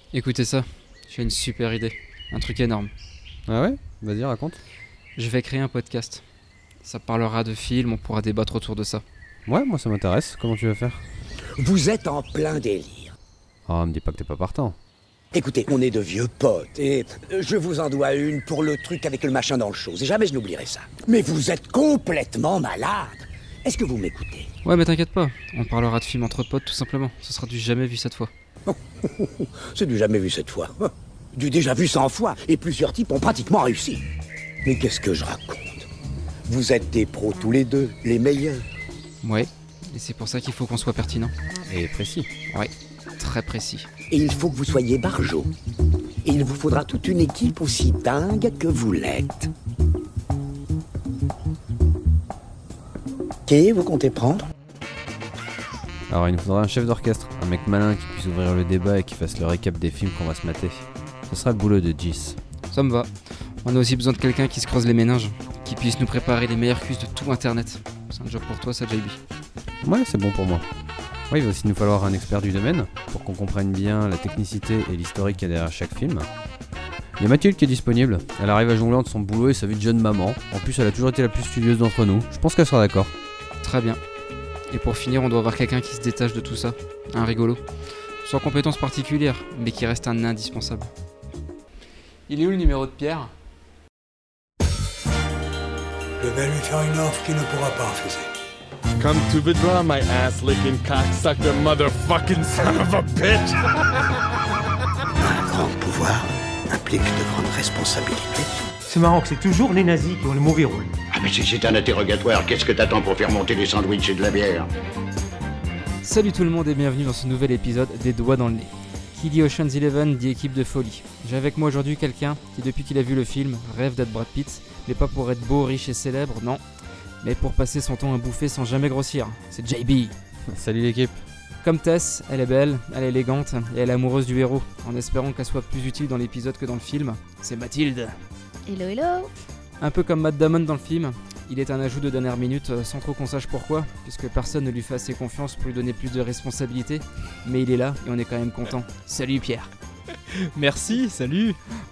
Écoutez ça, j'ai une super idée, un truc énorme. Ah ouais? Vas-y, raconte. Je vais créer un podcast. Ça parlera de films, on pourra débattre autour de ça. Ouais, moi ça m'intéresse. Comment tu vas faire? Vous êtes en plein délire. Oh, me dis pas que t'es pas partant. Écoutez, on est de vieux potes et je vous en dois une pour le truc avec le machin dans le chose. Et jamais je n'oublierai ça. Mais vous êtes complètement malade. Est-ce que vous m'écoutez? Ouais, mais t'inquiète pas, on parlera de films entre potes tout simplement. Ce sera du jamais vu cette fois. C'est du jamais vu cette fois. Du déjà vu 100 fois. Et plusieurs types ont pratiquement réussi. Mais qu'est-ce que je raconte? Vous êtes des pros tous les deux, les meilleurs. Ouais, et c'est pour ça qu'il faut qu'on soit pertinent. Et précis. Ouais, très précis. Et il faut que vous soyez barjots. Et il vous faudra toute une équipe aussi dingue que vous l'êtes. Qui vous comptez prendre? Alors il nous faudra un chef d'orchestre, un mec malin qui puisse ouvrir le débat et qui fasse le récap des films qu'on va se mater. Ce sera le boulot de Gis. Ça me va. On a aussi besoin de quelqu'un qui se creuse les méninges, qui puisse nous préparer les meilleures quiz de tout internet. C'est un job pour toi ça, JB. Ouais, c'est bon pour moi. Ouais, il va aussi nous falloir un expert du domaine pour qu'on comprenne bien la technicité et l'historique qu'il y a derrière chaque film. Il y a Mathilde qui est disponible. Elle arrive à jongler entre son boulot et sa vie de jeune maman. En plus, elle a toujours été la plus studieuse d'entre nous. Je pense qu'elle sera d'accord. Très bien. Et pour finir, on doit avoir quelqu'un qui se détache de tout ça. Un rigolo. Sans compétences particulières, mais qui reste un indispensable. Il est où le numéro de Pierre? Je vais lui faire une offre qu'il ne pourra pas refuser. Come to the draw, my ass-licking cocksucker motherfucking son of a bitch! Un grand pouvoir implique de grandes responsabilités. C'est marrant que c'est toujours les nazis qui ont le mauvais rôle. Ah mais si c'est un interrogatoire, qu'est-ce que t'attends pour faire monter des sandwichs et de la bière? Salut tout le monde et bienvenue dans ce nouvel épisode des Doigts dans le nez. Qui dit Ocean's Eleven dit équipe de folie. J'ai avec moi aujourd'hui quelqu'un qui depuis qu'il a vu le film rêve d'être Brad Pitt, mais pas pour être beau, riche et célèbre, non, mais pour passer son temps à bouffer sans jamais grossir. C'est JB. Salut l'équipe. Comme Tess, elle est belle, elle est élégante et elle est amoureuse du héros, en espérant qu'elle soit plus utile dans l'épisode que dans le film. C'est Mathilde. Hello, hello. Un peu comme Matt Damon dans le film, il est un ajout de dernière minute sans trop qu'on sache pourquoi, puisque personne ne lui fait assez confiance pour lui donner plus de responsabilités, mais il est là et on est quand même content. Salut Pierre. Merci, salut.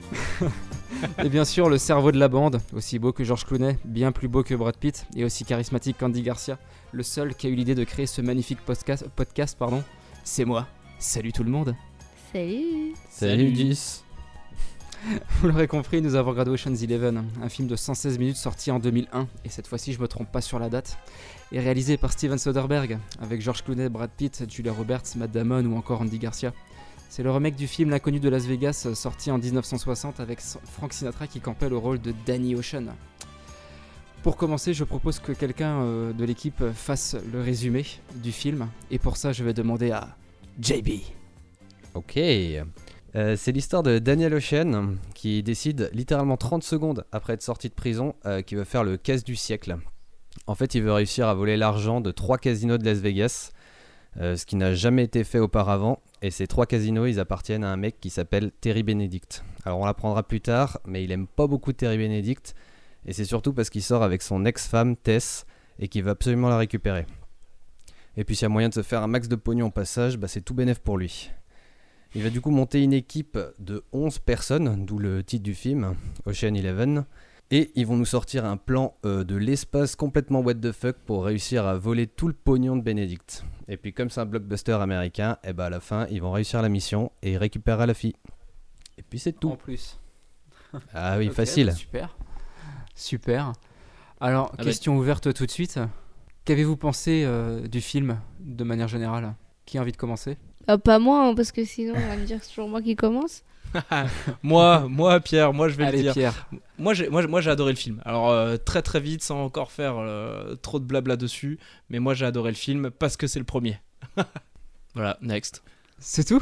Et bien sûr le cerveau de la bande, aussi beau que George Clooney, bien plus beau que Brad Pitt et aussi charismatique qu'Andy Garcia, le seul qui a eu l'idée de créer ce magnifique podcast, c'est moi. Salut tout le monde. Salut. Salut Gis. Vous l'aurez compris, nous avons regardé Ocean's Eleven, un film de 116 minutes sorti en 2001, et cette fois-ci je me trompe pas sur la date, et réalisé par Steven Soderbergh, avec George Clooney, Brad Pitt, Julia Roberts, Matt Damon ou encore Andy Garcia. C'est le remake du film L'inconnu de Las Vegas, sorti en 1960 avec Frank Sinatra qui campait le rôle de Danny Ocean. Pour commencer, je propose que quelqu'un de l'équipe fasse le résumé du film, et pour ça je vais demander à JB. Ok. C'est l'histoire de Daniel Ocean qui décide littéralement 30 secondes après être sorti de prison qu'il veut faire le casse du siècle. En fait, il veut réussir à voler l'argent de 3 casinos de Las Vegas, ce qui n'a jamais été fait auparavant. Et ces 3 casinos, ils appartiennent à un mec qui s'appelle Terry Benedict. Alors on l'apprendra plus tard, mais il aime pas beaucoup Terry Benedict. Et c'est surtout parce qu'il sort avec son ex-femme Tess et qu'il veut absolument la récupérer. Et puis s'il y a moyen de se faire un max de pognon au passage, c'est tout bénef pour lui. Il va du coup monter une équipe de 11 personnes, d'où le titre du film, Ocean Eleven. Et ils vont nous sortir un plan de l'espace complètement what the fuck pour réussir à voler tout le pognon de Benedict. Et puis comme c'est un blockbuster américain, à la fin, ils vont réussir la mission et ils récupéreront la fille. Et puis c'est tout. En plus. Ah oui, Ok, facile. Super. Alors, question ouverte tout de suite. Qu'avez-vous pensé du film de manière générale? Qui a envie de commencer? Pas moi, hein, parce que sinon on va me dire que c'est toujours moi qui commence. moi Pierre, moi je vais Allez, le dire. Pierre. Moi j'ai adoré le film. Alors très très vite sans encore faire trop de blabla dessus, mais moi j'ai adoré le film parce que c'est le premier. Voilà, next. C'est tout?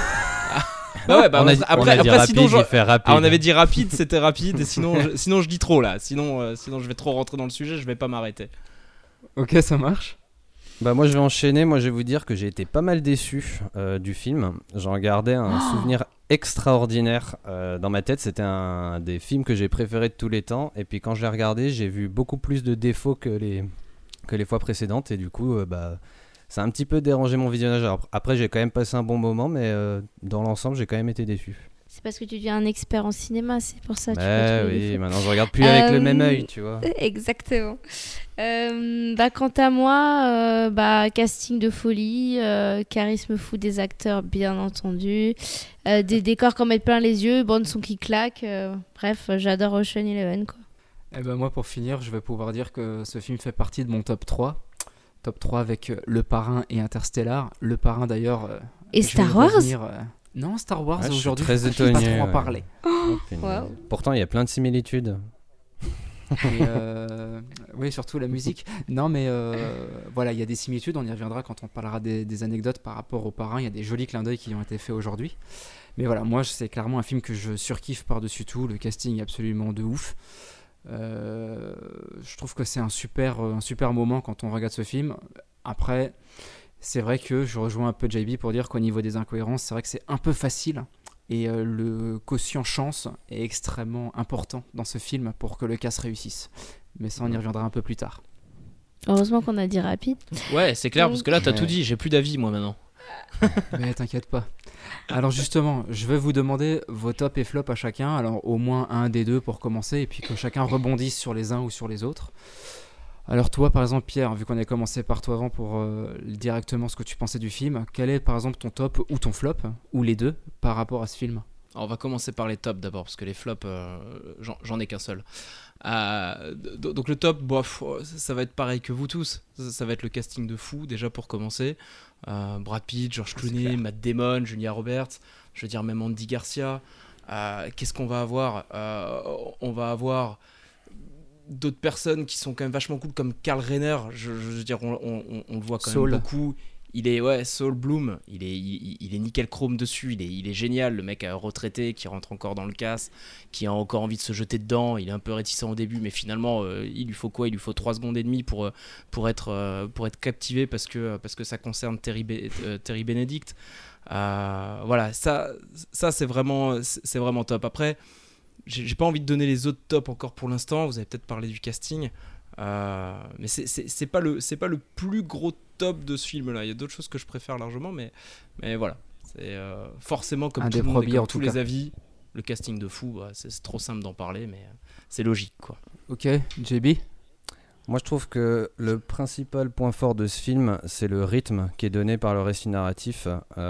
Après sinon rapide. on avait dit rapide, c'était rapide et sinon je dis trop là. Sinon je vais trop rentrer dans le sujet, je vais pas m'arrêter. Ok, ça marche. Moi je vais enchaîner, moi je vais vous dire que j'ai été pas mal déçu du film. J'en gardais un souvenir extraordinaire dans ma tête, c'était un des films que j'ai préféré de tous les temps, et puis quand je l'ai regardé j'ai vu beaucoup plus de défauts que les fois précédentes, et du coup Ça a un petit peu dérangé mon visionnage. Alors, après, j'ai quand même passé un bon moment, mais dans l'ensemble, j'ai quand même été déçu. C'est parce que tu deviens un expert en cinéma, c'est pour ça. Oui, maintenant je regarde plus avec le même œil, tu vois. Exactement. Quant à moi, casting de folie, charisme fou des acteurs, bien entendu, des décors qu'on met plein les yeux, bande son qui claque. Bref, j'adore Ocean Eleven, quoi. Et ben moi, pour finir, je vais pouvoir dire que ce film fait partie de mon top 3. Top 3 avec Le Parrain et Interstellar. Le Parrain, d'ailleurs... et Star Wars Non, Star Wars, aujourd'hui, très je ne étonné, pas trop en parler. Wow. Pourtant, il y a plein de similitudes. Oui, surtout la musique. Non, mais voilà, il y a des similitudes. On y reviendra quand on parlera des anecdotes par rapport au Parrain. Il y a des jolis clins d'œil qui ont été faits aujourd'hui. Mais voilà, moi, c'est clairement un film que je surkiffe par-dessus tout. Le casting est absolument de ouf. Je trouve que c'est un super moment quand on regarde ce film. Après, c'est vrai que je rejoins un peu JB pour dire qu'au niveau des incohérences, c'est vrai que c'est un peu facile. Et le quotient chance est extrêmement important dans ce film pour que le cast réussisse. Mais ça, on y reviendra un peu plus tard. Heureusement qu'on a dit rapide. Ouais, c'est clair, parce que là, t'as tout dit. J'ai plus d'avis, moi, maintenant. Mais t'inquiète pas. Alors justement, je vais vous demander vos tops et flops à chacun. Alors au moins un des deux pour commencer, et puis que chacun rebondisse sur les uns ou sur les autres. Alors toi, par exemple, Pierre, vu qu'on a commencé par toi avant pour directement ce que tu pensais du film, quel est par exemple ton top ou ton flop, ou les deux, par rapport à ce film ? Alors, on va commencer par les tops d'abord, parce que les flops, j'en ai qu'un seul. Donc le top, ça va être pareil que vous tous. Ça va être le casting de fou, déjà pour commencer. Brad Pitt, George Clooney, Matt Damon, Julia Roberts, je veux dire même Andy Garcia. Qu'est-ce qu'on va avoir ? On va avoir d'autres personnes qui sont quand même vachement cool, comme Karl Reiner. Je veux dire, on le voit quand même beaucoup. Il est Saul Bloom, il est nickel chrome dessus, il est génial, le mec retraité qui rentre encore dans le casse, qui a encore envie de se jeter dedans. Il est un peu réticent au début, mais finalement il lui faut quoi ? Il lui faut 3 secondes et demie pour être captivé parce que ça concerne Terry Benedict. Voilà, ça c'est vraiment top. Après, j'ai pas envie de donner les autres tops encore pour l'instant. Vous avez peut-être parlé du casting. Mais c'est pas le plus gros top de ce film là. Il y a d'autres choses que je préfère largement, mais voilà, c'est forcément comme tout le monde et comme tous les avis, le casting de fou, c'est trop simple d'en parler, mais c'est logique, quoi. Ok, JB. Moi, je trouve que le principal point fort de ce film, c'est le rythme qui est donné par le récit narratif.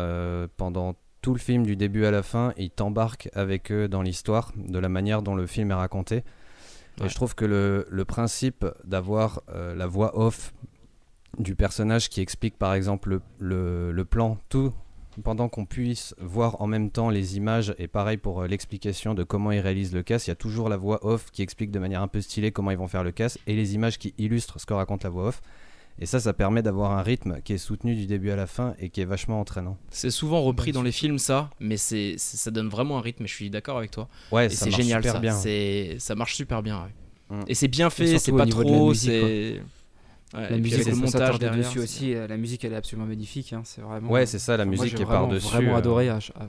Pendant tout le film, du début à la fin, il t'embarque avec eux dans l'histoire, de la manière dont le film est raconté. Et je trouve que le principe d'avoir la voix off du personnage qui explique par exemple le plan, tout pendant qu'on puisse voir en même temps les images, et pareil pour l'explication de comment ils réalisent le casse, il y a toujours la voix off qui explique de manière un peu stylée comment ils vont faire le casse, et les images qui illustrent ce que raconte la voix off. Et ça permet d'avoir un rythme qui est soutenu du début à la fin et qui est vachement entraînant. C'est souvent repris dans les films, ça, mais ça donne vraiment un rythme, et je suis d'accord avec toi. Ouais, et ça c'est marche génial, super ça. bien. Ça marche super bien, ouais. Et c'est bien fait, c'est au pas niveau de trop, la musique, c'est... Ouais, la musique, avec le montage derrière dessus aussi. La musique, elle est absolument magnifique. Hein, c'est vraiment. Ouais, c'est ça, la musique qui est par-dessus. J'ai vraiment adoré.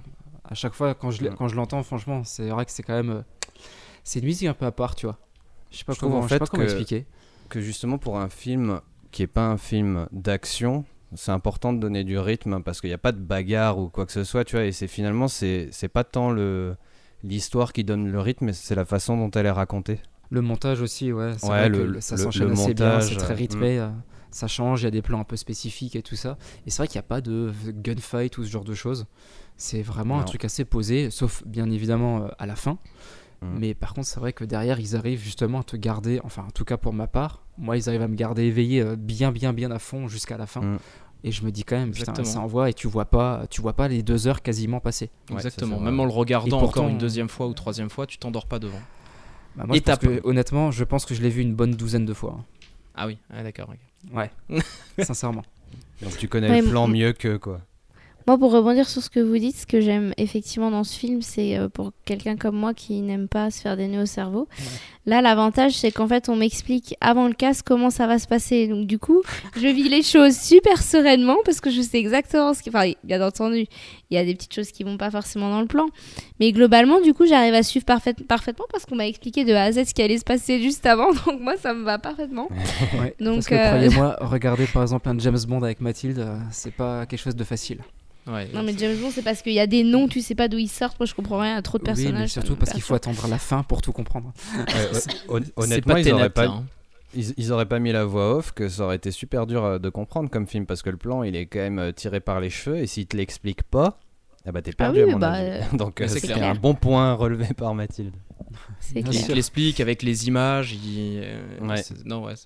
À chaque fois, quand je l'entends, franchement, c'est vrai que c'est quand même. C'est une musique un peu à part, tu vois. Je sais pas comment expliquer. Que justement, pour un film qui est pas un film d'action, c'est important de donner du rythme parce qu'il n'y a pas de bagarre ou quoi que ce soit, tu vois. Et finalement, c'est pas tant l'histoire qui donne le rythme, mais c'est la façon dont elle est racontée. Le montage aussi, ouais. Ça s'enchaîne assez bien, c'est très rythmé. Ça change, il y a des plans un peu spécifiques et tout ça. Et c'est vrai qu'il n'y a pas de gunfight ou ce genre de choses. C'est vraiment un truc assez posé, sauf bien évidemment à la fin. Mais par contre, c'est vrai que derrière, ils arrivent justement à te garder, enfin en tout cas pour ma part, moi ils arrivent à me garder éveillé bien à fond jusqu'à la fin. Et je me dis quand même, putain, ça envoie, et tu vois pas les 2 heures quasiment passer. Exactement, même en le regardant encore une deuxième fois ou troisième fois, tu t'endors pas devant. Bah moi, honnêtement, je pense que je l'ai vu une bonne 12aine de fois. Ah oui, d'accord. Ouais, sincèrement. Donc tu connais le plan mieux que quoi. Moi, pour rebondir sur ce que vous dites, ce que j'aime effectivement dans ce film, c'est pour quelqu'un comme moi qui n'aime pas se faire des nœuds au cerveau. Là, l'avantage, c'est qu'en fait, on m'explique avant le cast comment ça va se passer. Donc, du coup, je vis les choses super sereinement parce que je sais exactement ce qui... Enfin, bien entendu, il y a des petites choses qui vont pas forcément dans le plan. Mais globalement, du coup, j'arrive à suivre parfaitement parce qu'on m'a expliqué de A à Z ce qui allait se passer juste avant. Donc, moi, ça me va parfaitement. Ouais, Donc, parce que croyez-moi, regarder par exemple un James Bond avec Mathilde, c'est pas quelque chose de facile. Ouais. Non, mais James Bond, c'est parce qu'il y a des noms, tu sais pas d'où ils sortent. Moi, je comprends rien à trop de personnages. Oui, mais surtout parce qu'il faut attendre la fin pour tout comprendre. Honnêtement, pas ils auraient Tenet, pas... hein. Ils auraient pas mis la voix off, que ça aurait été super dur de comprendre comme film, parce que le plan il est quand même tiré par les cheveux, et s'il te l'explique pas, eh bah t'es perdu à mon avis. Donc c'est c'est clair. un bon point relevé par Mathilde. C'est Il clair. te l'explique avec les images. Ouais. Non, ouais.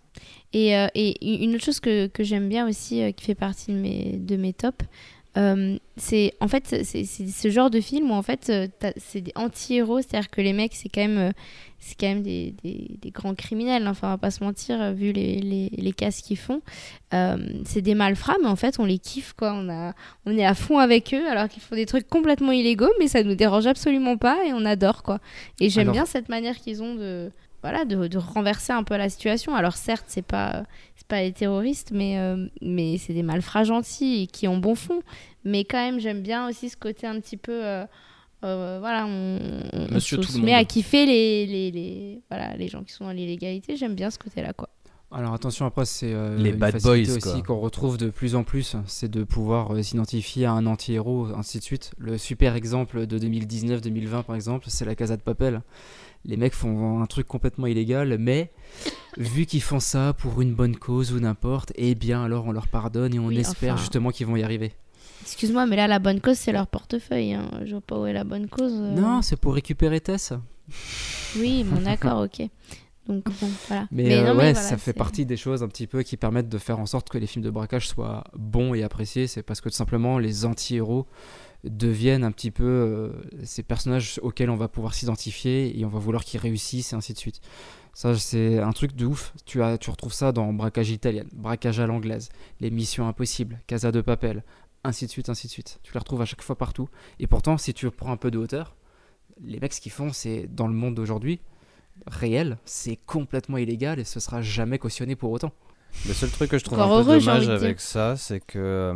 Et une autre chose que j'aime bien aussi, qui fait partie de mes tops, c'est en fait c'est ce genre de film où en fait c'est des anti-héros, c'est-à-dire que les mecs c'est quand même des grands criminels, enfin on va pas se mentir vu les casses qu'ils font, c'est des malfrats mais en fait on les kiffe quoi, on est à fond avec eux alors qu'ils font des trucs complètement illégaux mais ça nous dérange absolument pas et on adore quoi, et j'aime bien cette manière qu'ils ont de renverser un peu la situation. Alors certes c'est pas les terroristes mais c'est des malfrats gentils et qui ont bon fond, mais quand même j'aime bien aussi ce côté un petit peu voilà, on se met à kiffer les gens qui sont dans l'illégalité. J'aime bien ce côté là quoi. Alors attention, après c'est les une bad facilité boys aussi quoi. qu'on retrouve de plus en plus, c'est de pouvoir s'identifier à un anti-héros, ainsi de suite. Le super exemple de 2019-2020 par exemple, c'est la Casa de Papel. Les mecs font un truc complètement illégal, mais vu qu'ils font ça pour une bonne cause ou n'importe, eh bien alors on leur pardonne et on espère justement qu'ils vont y arriver. Excuse-moi, mais là la bonne cause c'est leur portefeuille, hein. Je vois pas où est la bonne cause. Non, c'est pour récupérer Tess. Oui, bon d'accord, ok. Donc bon, voilà. Mais voilà, ça fait partie des choses un petit peu qui permettent de faire en sorte que les films de braquage soient bons et appréciés. C'est parce que tout simplement les anti-héros deviennent un petit peu ces personnages auxquels on va pouvoir s'identifier et on va vouloir qu'ils réussissent et ainsi de suite. Ça c'est un truc de ouf. Tu retrouves ça dans Braquage italien, Braquage à l'anglaise, Les Missions Impossibles, Casa de Papel, ainsi de suite, ainsi de suite. Tu les retrouves à chaque fois partout. Et pourtant, si tu prends un peu de hauteur, les mecs ce qu'ils font, c'est dans le monde d'aujourd'hui réel, c'est complètement illégal et ce sera jamais cautionné pour autant. Le seul truc que je trouve encore un peu heureux, dommage avec ça, c'est que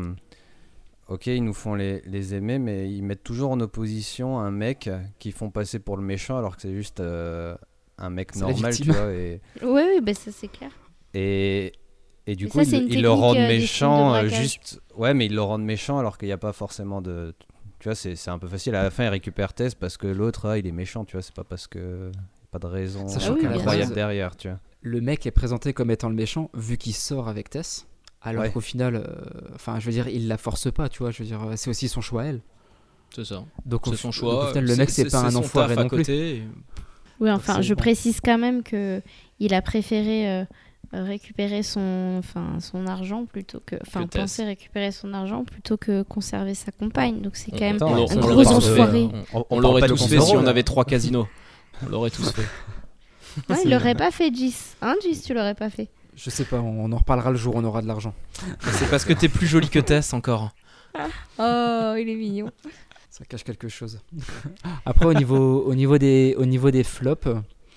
ok, ils nous font les aimer, mais ils mettent toujours en opposition un mec qu'ils font passer pour le méchant alors que c'est juste un mec C'est normal, tu vois. Et... Oui, bah ça c'est clair. Et du Mais coup, ça, ils le rendent des films de méchant braquage. juste. Ouais, mais ils le rendent méchant alors qu'il n'y a pas forcément de. Tu vois, c'est un peu facile. À la fin, il récupère Tess parce que l'autre, il est méchant, tu vois. C'est pas parce que. Pas de raison Sachant qu'à la incroyable base, derrière, tu vois. Le mec est présenté comme étant le méchant vu qu'il sort avec Tess, alors qu'au final, enfin, je veux dire, il la force pas, tu vois. Je veux dire, c'est aussi son choix à elle. C'est ça. Donc c'est son choix. Au final, le mec, c'est pas un son enfoiré taf à non plus. côté. Oui, enfin, je précise quand même que il a préféré récupérer son argent plutôt que, enfin, penser récupérer son argent plutôt que conserver sa compagne. Donc c'est quand même un gros enfoiré. On l'aurait tous fait si on avait 3 casinos. On l'aurait tous fait. Ouais, il l'aurait pas fait, Gis. Hein, Gis, tu l'aurais pas fait. Je sais pas, on en reparlera le jour où on aura de l'argent. C'est parce que t'es plus jolie que Tess encore. Oh, il est mignon. Ça cache quelque chose. Après, au niveau des flops,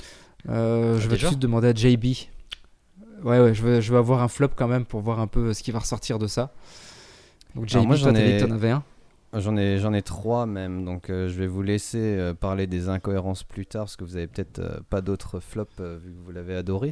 je vais tout de suite demander à JB. Ouais, je veux avoir un flop quand même pour voir un peu ce qui va ressortir de ça. Donc JB, moi, toi, t'en avais un. J'en ai 3 même, donc je vais vous laisser parler des incohérences plus tard parce que vous avez peut-être pas d'autres flops vu que vous l'avez adoré.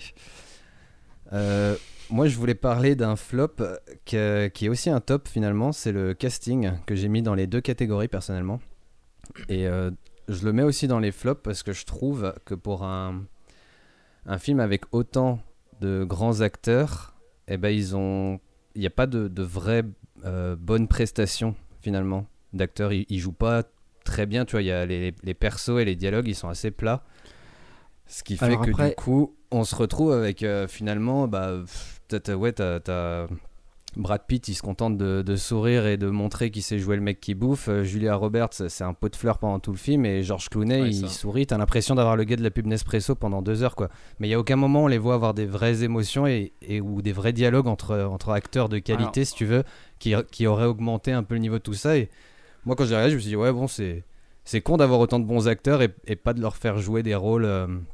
Moi je voulais parler d'un flop qui est aussi un top finalement, c'est le casting que j'ai mis dans les 2 catégories personnellement. Et je le mets aussi dans les flops parce que je trouve que pour un film avec autant de grands acteurs, eh ben il n'y a pas de vraies bonnes prestations finalement d'acteurs. Ils jouent pas très bien, tu vois, il y a les persos et les dialogues, ils sont assez plats, ce qui fait du coup on se retrouve avec finalement t'as Brad Pitt, il se contente de sourire et de montrer qu'il sait jouer le mec qui bouffe. Julia Roberts, c'est un pot de fleurs pendant tout le film. Et George Clooney, il sourit. T'as l'impression d'avoir le gars de la pub Nespresso pendant 2 heures, quoi. Mais il n'y a aucun moment où on les voit avoir des vraies émotions ou des vrais dialogues entre acteurs de qualité, si tu veux, qui auraient augmenté un peu le niveau de tout ça. Et moi, quand j'ai regardé, je me suis dit, ouais, bon, c'est con d'avoir autant de bons acteurs et pas de leur faire jouer des rôles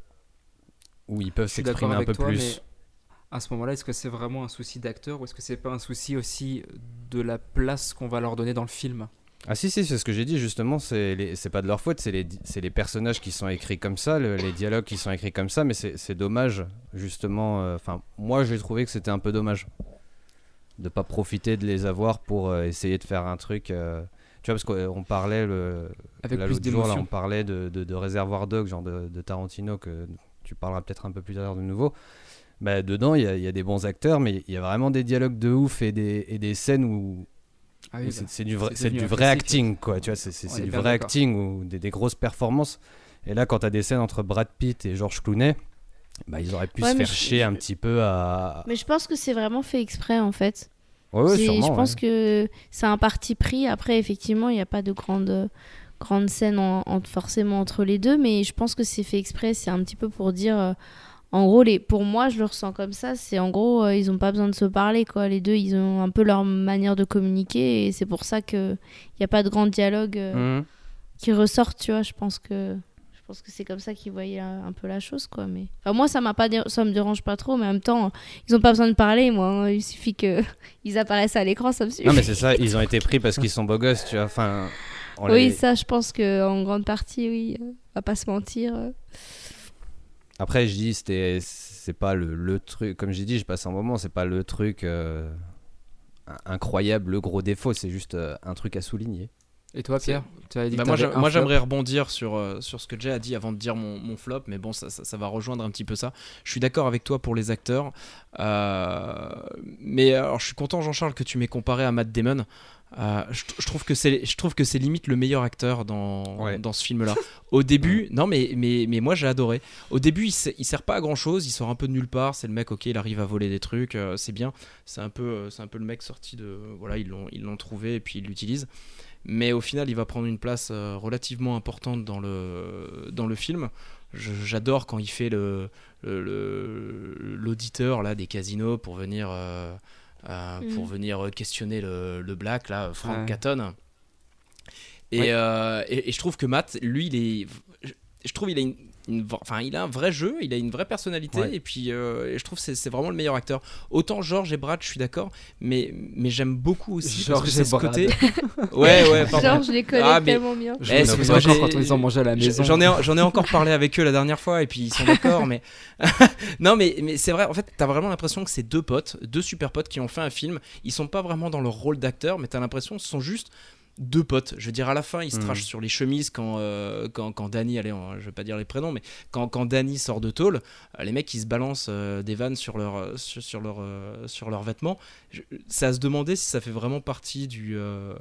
où ils peuvent s'exprimer un peu plus. À ce moment-là, est-ce que c'est vraiment un souci d'acteur ou est-ce que c'est pas un souci aussi de la place qu'on va leur donner dans le film ? Ah si, c'est ce que j'ai dit justement, c'est pas de leur faute, c'est les personnages qui sont écrits comme ça, les dialogues qui sont écrits comme ça, mais c'est dommage justement, moi j'ai trouvé que c'était un peu dommage de pas profiter de les avoir pour essayer de faire un truc, tu vois, parce qu'on parlait avec là, plus l'autre jour, là, d'émotion. on parlait de Reservoir Dogs, genre de Tarantino, que tu parleras peut-être un peu plus tard de nouveau. Bah, dedans, il y a des bons acteurs, mais il y a vraiment des dialogues de ouf et des scènes où c'est du vrai acting, quoi. Tu vois, c'est du vrai acting ou des grosses performances. Et là, quand tu as des scènes entre Brad Pitt et George Clooney, bah, ils auraient pu se faire chier un petit peu à... Mais je pense que c'est vraiment fait exprès, en fait. Ouais, sûrement. Je pense que c'est un parti pris. Après, effectivement, il n'y a pas de grande scène forcément entre les deux, mais je pense que c'est fait exprès. C'est un petit peu pour dire... En gros, pour moi, je le ressens comme ça. C'est en gros, ils n'ont pas besoin de se parler, quoi. Les deux, ils ont un peu leur manière de communiquer. Et c'est pour ça qu'il n'y a pas de grand dialogue qui ressortent, tu vois. Je pense que c'est comme ça qu'ils voyaient un peu la chose, quoi. Mais... Enfin, moi, ça me dérange pas trop. Mais en même temps, ils n'ont pas besoin de parler, moi. Hein. Il suffit qu'ils apparaissent à l'écran, ça me suffit. Non, mais c'est ça. Ils ont été pris parce qu'ils sont beaux gosses, tu vois. Enfin, ça, je pense qu'en grande partie, oui. On va pas se mentir. Après, je dis, c'est pas le truc, comme j'ai dit, je passe un moment, c'est pas le truc incroyable, le gros défaut, c'est juste un truc à souligner. Et toi, Pierre, tu avais dit que moi j'aimerais rebondir sur ce que Jay a dit avant de dire mon flop, mais bon, ça va rejoindre un petit peu ça. Je suis d'accord avec toi pour les acteurs, mais alors, je suis content, Jean-Charles, que tu m'aies comparé à Matt Damon. Je trouve que c'est limite le meilleur acteur dans ce film-là. Au début, non mais moi j'ai adoré. Au début, il sert pas à grand-chose, il sort un peu de nulle part. C'est le mec, ok, il arrive à voler des trucs, c'est bien. C'est un peu le mec sorti de, voilà, ils l'ont trouvé et puis ils l'utilisent. Mais au final, il va prendre une place relativement importante dans le film. J'adore quand il fait l'auditeur là des casinos pour venir. Pour venir questionner le Black, là, Frank Catton. Et je trouve que Matt, lui, il a un vrai jeu, il a une vraie personnalité, et puis je trouve que c'est vraiment le meilleur acteur. Autant George et Brad, je suis d'accord, mais j'aime beaucoup aussi George parce que c'est ce côté. Pardon. George, je les connais tellement bien. Quand ils ont mangé à la maison. J'en ai encore parlé avec eux la dernière fois, et puis ils sont d'accord, mais non, mais c'est vrai. En fait, t'as vraiment l'impression que c'est deux super potes qui ont fait un film. Ils sont pas vraiment dans leur rôle d'acteur, mais t'as l'impression que ce sont juste deux potes. Je veux dire, à la fin, ils se trashent sur les chemises quand Danny, allez, je vais pas dire les prénoms, mais quand Danny sort de tôle, les mecs ils se balancent des vannes sur leurs vêtements. C'est à se demander si ça fait vraiment partie du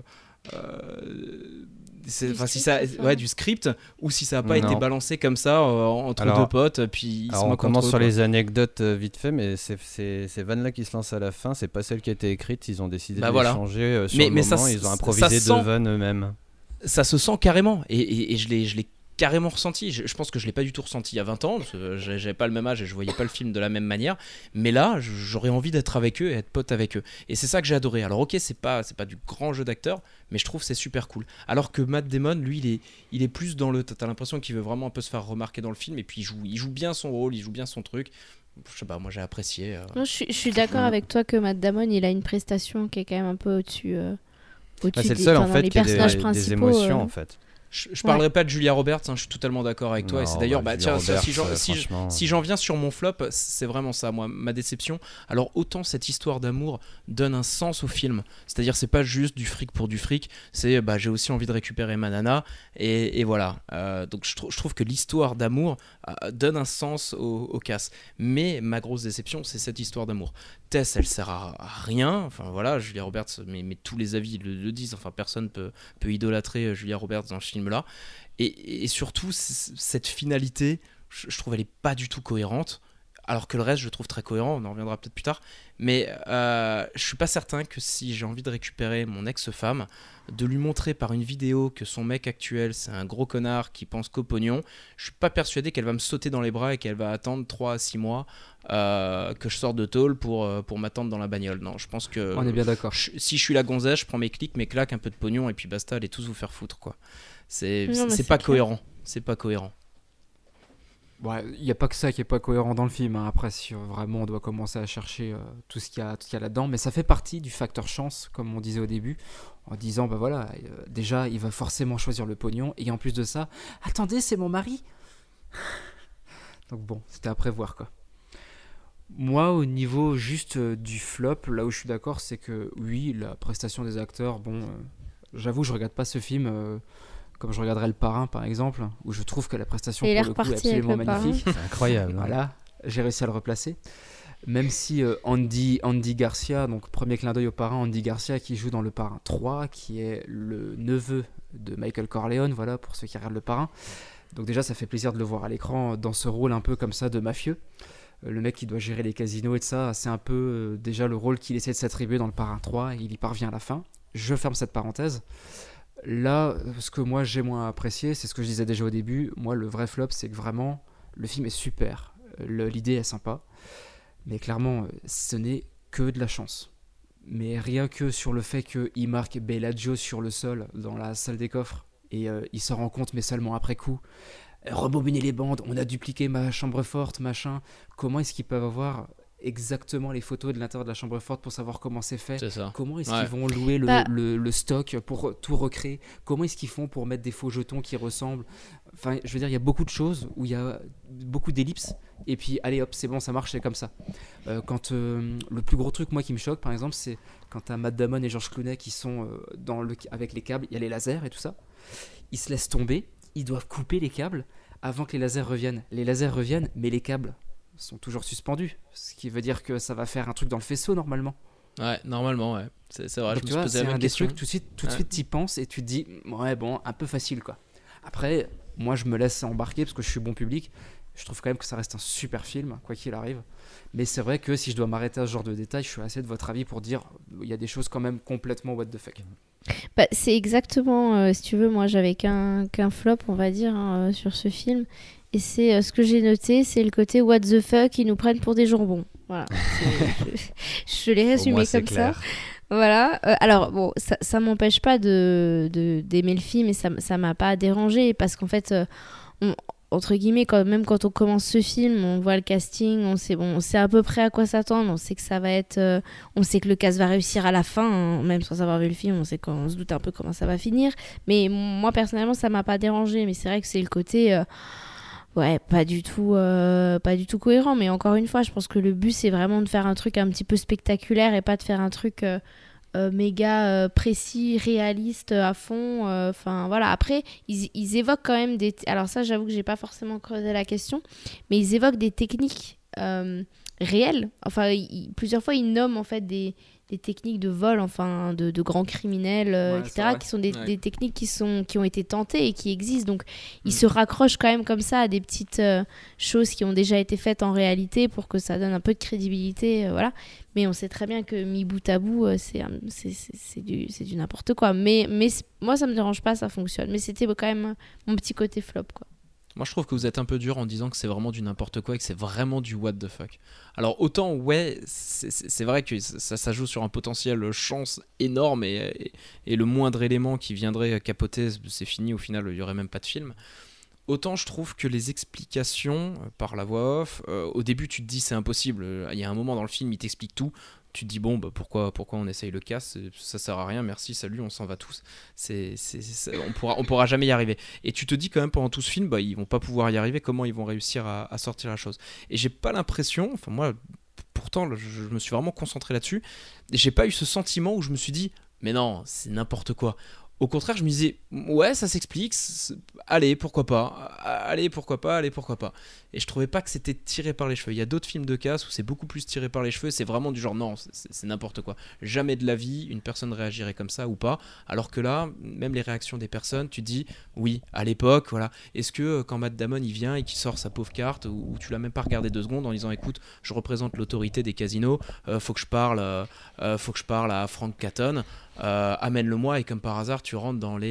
script ou si ça a pas été balancé comme ça entre deux potes, puis ils se on moquent commence entre eux, sur quoi. les anecdotes vite fait, mais ces vannes là qui se lancent à la fin, c'est pas celle qui a été écrite, ils ont décidé de les changer sur le moment, ils ont improvisé deux vannes eux-mêmes. Ça se sent carrément, et je l'ai carrément ressenti. Je pense que je l'ai pas du tout ressenti il y a 20 ans, parce que j'avais pas le même âge et je voyais pas le film de la même manière, mais là j'aurais envie d'être avec eux et être pote avec eux, et c'est ça que j'ai adoré. Alors ok, c'est pas du grand jeu d'acteur, mais je trouve que c'est super cool. Alors que Matt Damon, lui, il est plus dans t'as l'impression qu'il veut vraiment un peu se faire remarquer dans le film, et puis il joue bien son rôle, il joue bien son truc. Je sais pas, moi j'ai apprécié. Non, je suis d'accord avec toi que Matt Damon, il a une prestation qui est quand même un peu au-dessus c'est le seul en fait les qui a personnages principaux, des émotions en fait. Je parlerai pas de Julia Roberts, je suis totalement d'accord avec toi. Non, et c'est d'ailleurs, tiens, Roberts, si j'en viens sur mon flop, c'est vraiment ça, moi, ma déception. Alors, autant cette histoire d'amour donne un sens au film, c'est-à-dire, c'est pas juste du fric pour du fric, c'est j'ai aussi envie de récupérer ma nana, et voilà. Donc, je trouve que l'histoire d'amour donne un sens au casse. Mais ma grosse déception, c'est cette histoire d'amour. Tess, elle sert à rien. Enfin voilà, Julia Roberts, mais tous les avis le disent. Enfin, personne peut idolâtrer Julia Roberts dans ce film-là. Et surtout, cette finalité, je trouve, elle est pas du tout cohérente. alors que le reste je trouve très cohérent, on en reviendra peut-être plus tard, mais je suis pas certain que si j'ai envie de récupérer mon ex-femme, de lui montrer par une vidéo que son mec actuel c'est un gros connard qui pense qu'au pognon, je suis pas persuadé qu'elle va me sauter dans les bras et qu'elle va attendre 3 à 6 mois que je sorte de tôle pour m'attendre dans la bagnole. Non, je pense que On est bien d'accord. si je suis la gonzesse, je prends mes clics, mes claques, un peu de pognon et puis basta, allez tous vous faire foutre quoi. C'est pas clair. cohérent, c'est pas cohérent. Il n'y a pas que ça qui est pas cohérent dans le film, hein. Après, si vraiment on doit commencer à chercher tout ce qu'il y a là-dedans, mais ça fait partie du facteur chance, comme on disait au début, en disant bah voilà, déjà il va forcément choisir le pognon, et en plus de ça, attendez, c'est mon mari. Donc bon, c'était à prévoir quoi. Moi, au niveau juste du flop, là où je suis d'accord, c'est que oui, la prestation des acteurs, bon, j'avoue, je regarde pas ce film. Comme je regarderais Le Parrain par exemple, où je trouve que la prestation Et il est pour le coup est reparti absolument avec Le magnifique. C'est incroyable. Hein. Voilà, j'ai réussi à le replacer. Même si Andy Garcia, donc premier clin d'œil au Parrain, Andy Garcia qui joue dans Le Parrain 3, qui est le neveu de Michael Corleone, voilà, pour ceux qui regardent Le Parrain. Donc déjà, ça fait plaisir de le voir à l'écran dans ce rôle un peu comme ça de mafieux. Le mec qui doit gérer les casinos et de ça, c'est un peu déjà le rôle qu'il essaie de s'attribuer dans Le Parrain 3, et il y parvient à la fin. Je ferme cette parenthèse. Là, ce que moi j'ai moins apprécié, c'est ce que je disais déjà au début. Moi, le vrai flop, c'est que vraiment, le film est super. L'idée est sympa. Mais clairement, ce n'est que de la chance. Mais rien que sur le fait qu'il marque Bellagio sur le sol dans la salle des coffres, et il s'en rend compte, mais seulement après coup. Rebobiner les bandes, on a dupliqué ma chambre forte, machin. Comment est-ce qu'ils peuvent avoir exactement les photos de l'intérieur de la chambre forte pour savoir comment c'est fait? C'est ça. Comment est-ce Ouais. qu'ils vont louer le stock pour tout recréer? Comment est-ce qu'ils font pour mettre des faux jetons qui ressemblent? Enfin, je veux dire, il y a beaucoup de choses où il y a beaucoup d'ellipses, et puis allez hop, c'est bon, ça marche, c'est comme ça. Le plus gros truc, moi, qui me choque, par exemple, c'est quand t'as Matt Damon et George Clooney qui sont avec les câbles, il y a les lasers et tout ça. Ils se laissent tomber, ils doivent couper les câbles avant que les lasers reviennent. Les lasers reviennent, mais les câbles sont toujours suspendus, ce qui veut dire que ça va faire un truc dans le faisceau normalement. Ouais, normalement, ouais. C'est vrai, Donc, je me suis posé la même question. Trucs, tout de suite t'y penses et tu te dis ouais bon, un peu facile quoi. Après, moi je me laisse embarquer parce que je suis bon public. Je trouve quand même que ça reste un super film, quoi qu'il arrive. Mais c'est vrai que si je dois m'arrêter à ce genre de détails, je suis assez de votre avis pour dire il y a des choses quand même complètement what the fuck. Bah, c'est exactement, si tu veux, moi j'avais qu'un flop, on va dire, hein, sur ce film. Et c'est ce que j'ai noté, c'est le côté what the fuck, ils nous prennent pour des jambons. Voilà. Je l'ai résumé comme ça. Voilà. Alors, bon, ça m'empêche pas d'aimer le film et ça m'a pas dérangé parce qu'en fait, entre guillemets, même quand on commence ce film, on voit le casting, on sait à peu près à quoi s'attendre, on sait que ça va être... on sait que le cast va réussir à la fin, hein, même sans avoir vu le film, on se doute un peu comment ça va finir. Mais moi, personnellement, ça m'a pas dérangé. Mais c'est vrai que c'est le côté... ouais, pas du tout cohérent, mais encore une fois, je pense que le but c'est vraiment de faire un truc un petit peu spectaculaire et pas de faire un truc méga précis, réaliste à fond. Enfin voilà, après ils évoquent quand même des... Alors ça, j'avoue que j'ai pas forcément creusé la question, mais ils évoquent des techniques réelles. Enfin, plusieurs fois ils nomment en fait des techniques de vol, enfin de grands criminels, etc., qui sont des techniques qui ont été tentées et qui existent. Donc ils se raccrochent quand même comme ça à des petites choses qui ont déjà été faites en réalité pour que ça donne un peu de crédibilité, voilà. Mais on sait très bien que mis bout à bout, c'est du n'importe quoi. Mais moi ça me dérange pas, ça fonctionne. Mais c'était quand même mon petit côté flop, quoi. Moi, je trouve que vous êtes un peu dur en disant que c'est vraiment du n'importe quoi et que c'est vraiment du what the fuck. Alors, autant, ouais, c'est vrai que ça joue sur un potentiel chance énorme et le moindre élément qui viendrait capoter, c'est fini, au final, il n'y aurait même pas de film. Autant, je trouve que les explications par la voix off, au début, tu te dis c'est impossible. Il y a un moment dans le film, il t'explique tout. Tu te dis bon bah pourquoi on essaye le casse, ça sert à rien, merci, salut, on s'en va tous. On pourra jamais y arriver. Et tu te dis quand même pendant tout ce film, bah ils vont pas pouvoir y arriver, comment ils vont réussir à sortir la chose. Et j'ai pas l'impression, enfin moi pourtant je me suis vraiment concentré là-dessus, et j'ai pas eu ce sentiment où je me suis dit mais non, c'est n'importe quoi. Au contraire, je me disais, ouais, ça s'explique, allez, pourquoi pas. Et je trouvais pas que c'était tiré par les cheveux. Il y a d'autres films de casse où c'est beaucoup plus tiré par les cheveux, c'est vraiment du genre, non, c'est n'importe quoi. Jamais de la vie, une personne réagirait comme ça ou pas. Alors que là, même les réactions des personnes, tu te dis, oui, à l'époque, voilà. Est-ce que quand Matt Damon il vient et qu'il sort sa pauvre carte, où tu l'as même pas regardé 2 secondes en disant, écoute, je représente l'autorité des casinos, faut que je parle à Frank Catton, amène-le-moi, et comme par hasard, tu rentres dans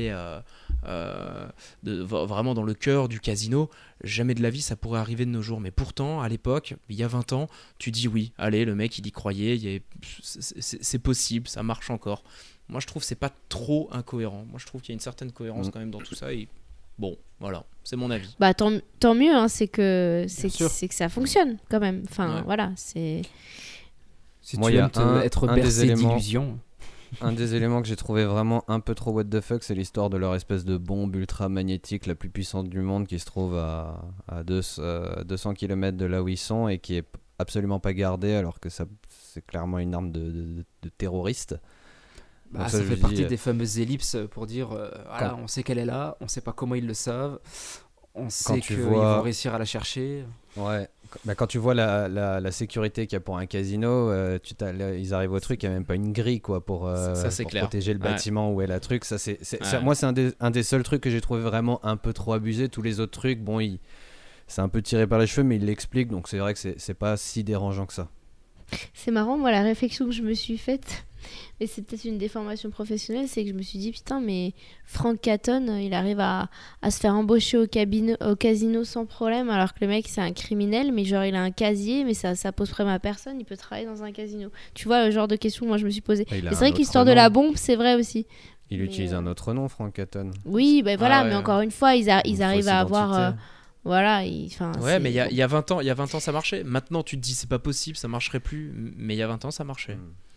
vraiment dans le cœur du casino. Jamais de la vie ça pourrait arriver de nos jours, mais pourtant à l'époque, il y a 20 ans, tu dis oui, allez, le mec il y croyait, c'est possible, ça marche encore. Moi je trouve que c'est pas trop incohérent, moi je trouve qu'il y a une certaine cohérence quand même dans tout ça, et bon, voilà, c'est mon avis. Bah tant mieux, hein, c'est que ça fonctionne quand même, enfin voilà, c'est... Si moi, tu aimes être bercé d'illusions. Un des éléments que j'ai trouvé vraiment un peu trop what the fuck, c'est l'histoire de leur espèce de bombe ultra magnétique la plus puissante du monde qui se trouve à 200 km de là où ils sont et qui est absolument pas gardée, alors que c'est clairement une arme de terroriste. Bah, ça fait partie des fameuses ellipses pour dire voilà, on sait qu'elle est là, on sait pas comment ils le savent, on sait qu'ils vont réussir à la chercher. Ouais. Bah, quand tu vois la sécurité qu'il y a pour un casino, ils arrivent au truc, il n'y a même pas une grille quoi, pour protéger le bâtiment où est la truc. Ça, moi, c'est un des seuls trucs que j'ai trouvé vraiment un peu trop abusé. Tous les autres trucs, bon, c'est un peu tiré par les cheveux, mais il l'explique, donc c'est vrai que c'est pas si dérangeant que ça. C'est marrant, moi, la réflexion que je me suis faite, mais c'est peut-être une déformation professionnelle, c'est que je me suis dit, putain, mais Frank Catton, il arrive à se faire embaucher au casino sans problème, alors que le mec, c'est un criminel, mais genre, il a un casier, mais ça pose problème à personne, il peut travailler dans un casino. Tu vois, le genre de question que moi, je me suis posée. Et c'est vrai que l'histoire de la bombe, c'est vrai aussi. Il utilise un autre nom, Frank Catton. Oui, ben voilà, mais encore une fois, ils arrivent à avoir... Voilà, ouais, mais il y a 20 ans ça marchait. Maintenant tu te dis c'est pas possible, ça marcherait plus, mais il y a 20 ans ça marchait.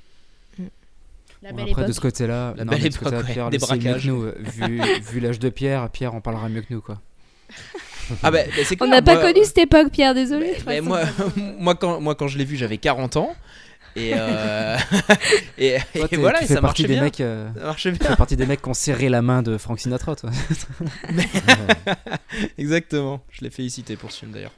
Après époque. De ce côté-là, Pierre, des braquages. Mieux que nous. Vu l'âge de Pierre en parlera mieux que nous quoi. Ah bah, c'est clair, on n'a pas connu cette époque, Pierre, désolé. Mais moi quand je l'ai vu, j'avais 40 ans. Et toi, voilà, tu ça fais partie marchait des bien. mecs, ça marchait bien. Tu fais partie des mecs qui ont serré la main de Frank Sinatra, toi. Exactement. Je l'ai félicité pour ce film d'ailleurs.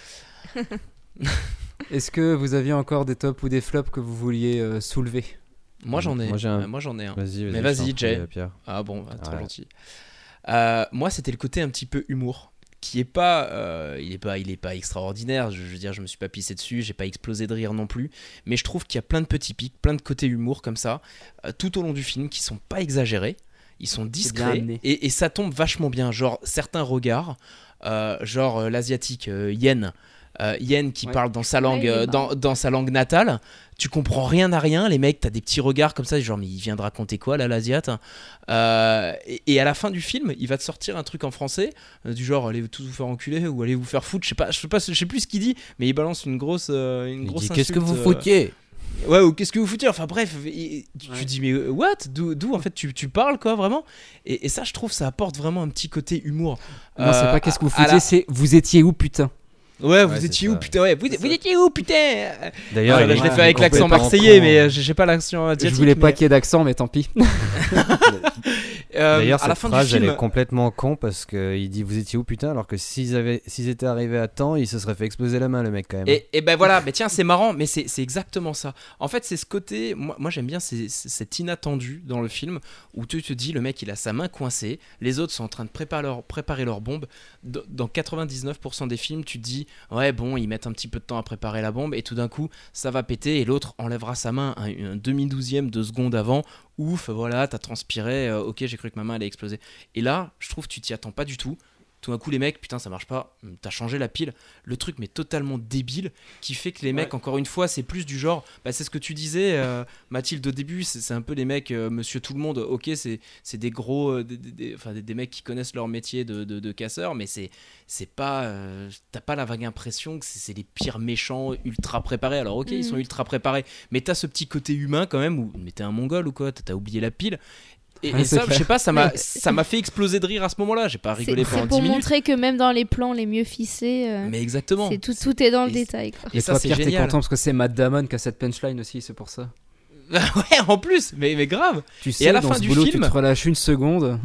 Est-ce que vous aviez encore des tops ou des flops que vous vouliez soulever ? Moi j'en ai. Moi j'en ai un. Mais vas-y, Jay. Pierre. Ah bon, trop gentil. Moi c'était le côté un petit peu humour, qui est pas, il est pas extraordinaire. Je veux dire, je me suis pas pissé dessus, j'ai pas explosé de rire non plus. Mais je trouve qu'il y a plein de petits pics, plein de côtés humour comme ça, tout au long du film, qui sont pas exagérés. Ils sont discrets et ça tombe vachement bien. Genre certains regards, genre l'asiatique Yen qui parle dans sa langue, dans sa langue natale. Tu comprends rien à rien, les mecs, t'as des petits regards comme ça, genre mais il vient de raconter quoi là, l'asiate, et à la fin du film, il va te sortir un truc en français, du genre allez tous vous faire enculer ou allez vous faire foutre, je sais plus ce qu'il dit, mais il balance une grosse insulte. Qu'est-ce que vous foutiez Ouais, ou qu'est-ce que vous foutiez, enfin bref, tu dis mais what, d'où en fait tu parles quoi vraiment, et ça je trouve ça apporte vraiment un petit côté humour. Non, c'est pas qu'est-ce que vous foutiez, c'est vous étiez où putain. Ouais, vous étiez où putain, ouais, vous étiez où putain. D'ailleurs, je l'ai fait avec l'accent marseillais, mais j'ai pas l'accent asiatique. Je voulais pas qu'il y ait d'accent, mais tant pis. D'ailleurs, à la cette fin phrase, du film, elle est complètement con parce qu'il dit vous étiez où putain, alors que s'ils étaient arrivés à temps, il se serait fait exploser la main, le mec quand même. Et ben voilà, mais tiens, c'est marrant, mais c'est exactement ça. En fait, c'est ce côté, moi j'aime bien cet inattendu dans le film où tu te dis le mec il a sa main coincée, les autres sont en train de préparer leur bombe. Dans 99% des films, tu te dis ouais bon, ils mettent un petit peu de temps à préparer la bombe et tout d'un coup ça va péter et l'autre enlèvera sa main un demi-douzième de seconde avant. Ouf, voilà, t'as transpiré, ok, j'ai cru que ma main allait exploser. Et là, je trouve que tu t'y attends pas du tout. Tout d'un coup, les mecs, putain, ça marche pas, t'as changé la pile. Le truc, mais totalement débile, qui fait que les mecs, encore une fois, c'est plus du genre, bah, c'est ce que tu disais, Mathilde, au début, c'est un peu les mecs, monsieur tout le monde, ok, c'est des gros, des mecs qui connaissent leur métier de casseur, mais c'est pas, t'as pas la vague impression que c'est les pires méchants ultra préparés. Alors, ok, ils sont ultra préparés, mais t'as ce petit côté humain quand même, où, mais t'es un mongol ou quoi, t'as oublié la pile. Et ça, je sais pas, ça m'a fait exploser de rire à ce moment-là. J'ai pas rigolé pendant 10 minutes. C'est pour montrer que même dans les plans les mieux ficelés, mais exactement. Tout est dans le détail. Quoi. Et ça, Pierre, t'es content parce que c'est Matt Damon qui a cette punchline aussi, c'est pour ça. Ouais, en plus, mais grave. Tu Et sais, à la dans fin ce du boulot, tu film, te relâches une seconde.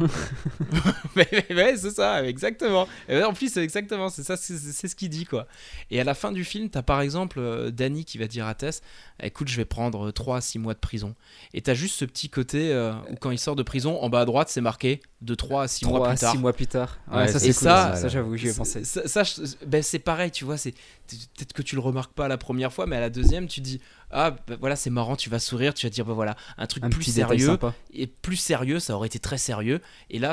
ouais, c'est ça, exactement. Et en plus, c'est exactement, c'est ça, c'est ce qu'il dit, quoi. Et à la fin du film, t'as par exemple Danny qui va dire à Tess, écoute, je vais prendre 3 à 6 mois de prison. Et t'as juste ce petit côté où quand il sort de prison, en bas à droite, c'est marqué de 3 à 6 mois 3 à plus tard. 6 mois plus tard. Ouais, ça, et c'est cool. ça, Ça, j'avoue, j'y ai pensé. C'est pareil, tu vois, peut-être que tu le remarques pas la première fois, mais à la deuxième, tu dis, ah, bah, voilà, c'est marrant, tu vas sourire, tu vas dire, bah voilà, un truc Un plus petit détail sérieux. sympa. Et plus sérieux, ça aurait été très sérieux. Et là,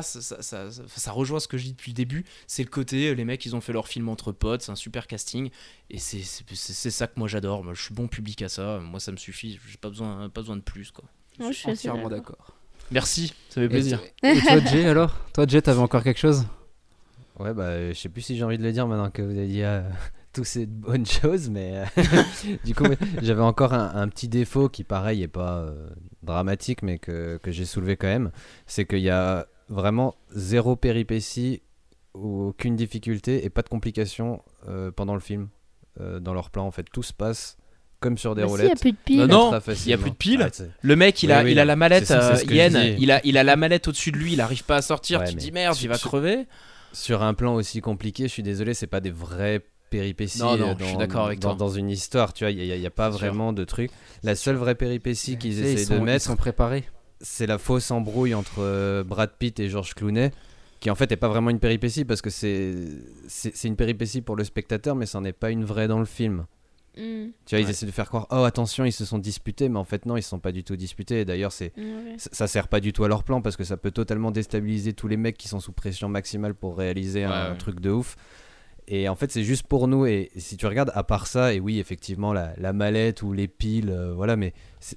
ça rejoint ce que je dis depuis le début. C'est le côté, les mecs, ils ont fait leur film entre potes, c'est un super casting. Et c'est ça que moi j'adore. Moi, je suis bon public à ça. Moi, ça me suffit. J'ai pas besoin de plus, quoi. Moi, je suis assez Entièrement d'accord. d'accord. Merci, ça fait plaisir. Et toi, Jay, alors? Toi, Jay, t'avais encore quelque chose? Ouais, bah, je sais plus si j'ai envie de le dire maintenant que vous avez dit toutes ces bonnes choses, mais du coup, ouais, j'avais encore un petit défaut qui, pareil, est pas dramatique, mais que j'ai soulevé quand même. C'est qu'il y a vraiment zéro péripétie, aucune difficulté et pas de complications pendant le film, dans leur plan. En fait, tout se passe comme sur des Bah si, roulettes. y a plus de piles. Non, Très il y a facilement. plus de piles. Ouais, c'est- Le mec, il a la mallette, c'est ce que Yen, je dis. il a la mallette au-dessus de lui, il arrive pas à sortir. Ouais, Tu te mais dis merde, il va crever. Sur un plan aussi compliqué, je suis désolé, c'est pas des vraies péripéties Non, je suis d'accord avec toi. dans une histoire, tu vois, il y a pas C'est sûr. vraiment de truc. La seule vraie péripétie qu'ils Tu sais, essaient de ils mettre, sont préparés. c'est la fausse embrouille entre Brad Pitt et George Clooney, qui en fait est pas vraiment une péripétie parce que c'est une péripétie pour le spectateur, mais ça n'en est pas une vraie dans le film. Mm. Tu vois, ils Ouais. essaient de faire croire, oh attention, ils se sont disputés, mais en fait non, ils se sont pas du tout disputés. Et d'ailleurs, Ouais. ça sert pas du tout à leur plan parce que ça peut totalement déstabiliser tous les mecs qui sont sous pression maximale pour réaliser un Ouais. truc de ouf. Et en fait, c'est juste pour nous. Et si tu regardes, à part ça, et oui, effectivement, la mallette ou les piles, voilà, mais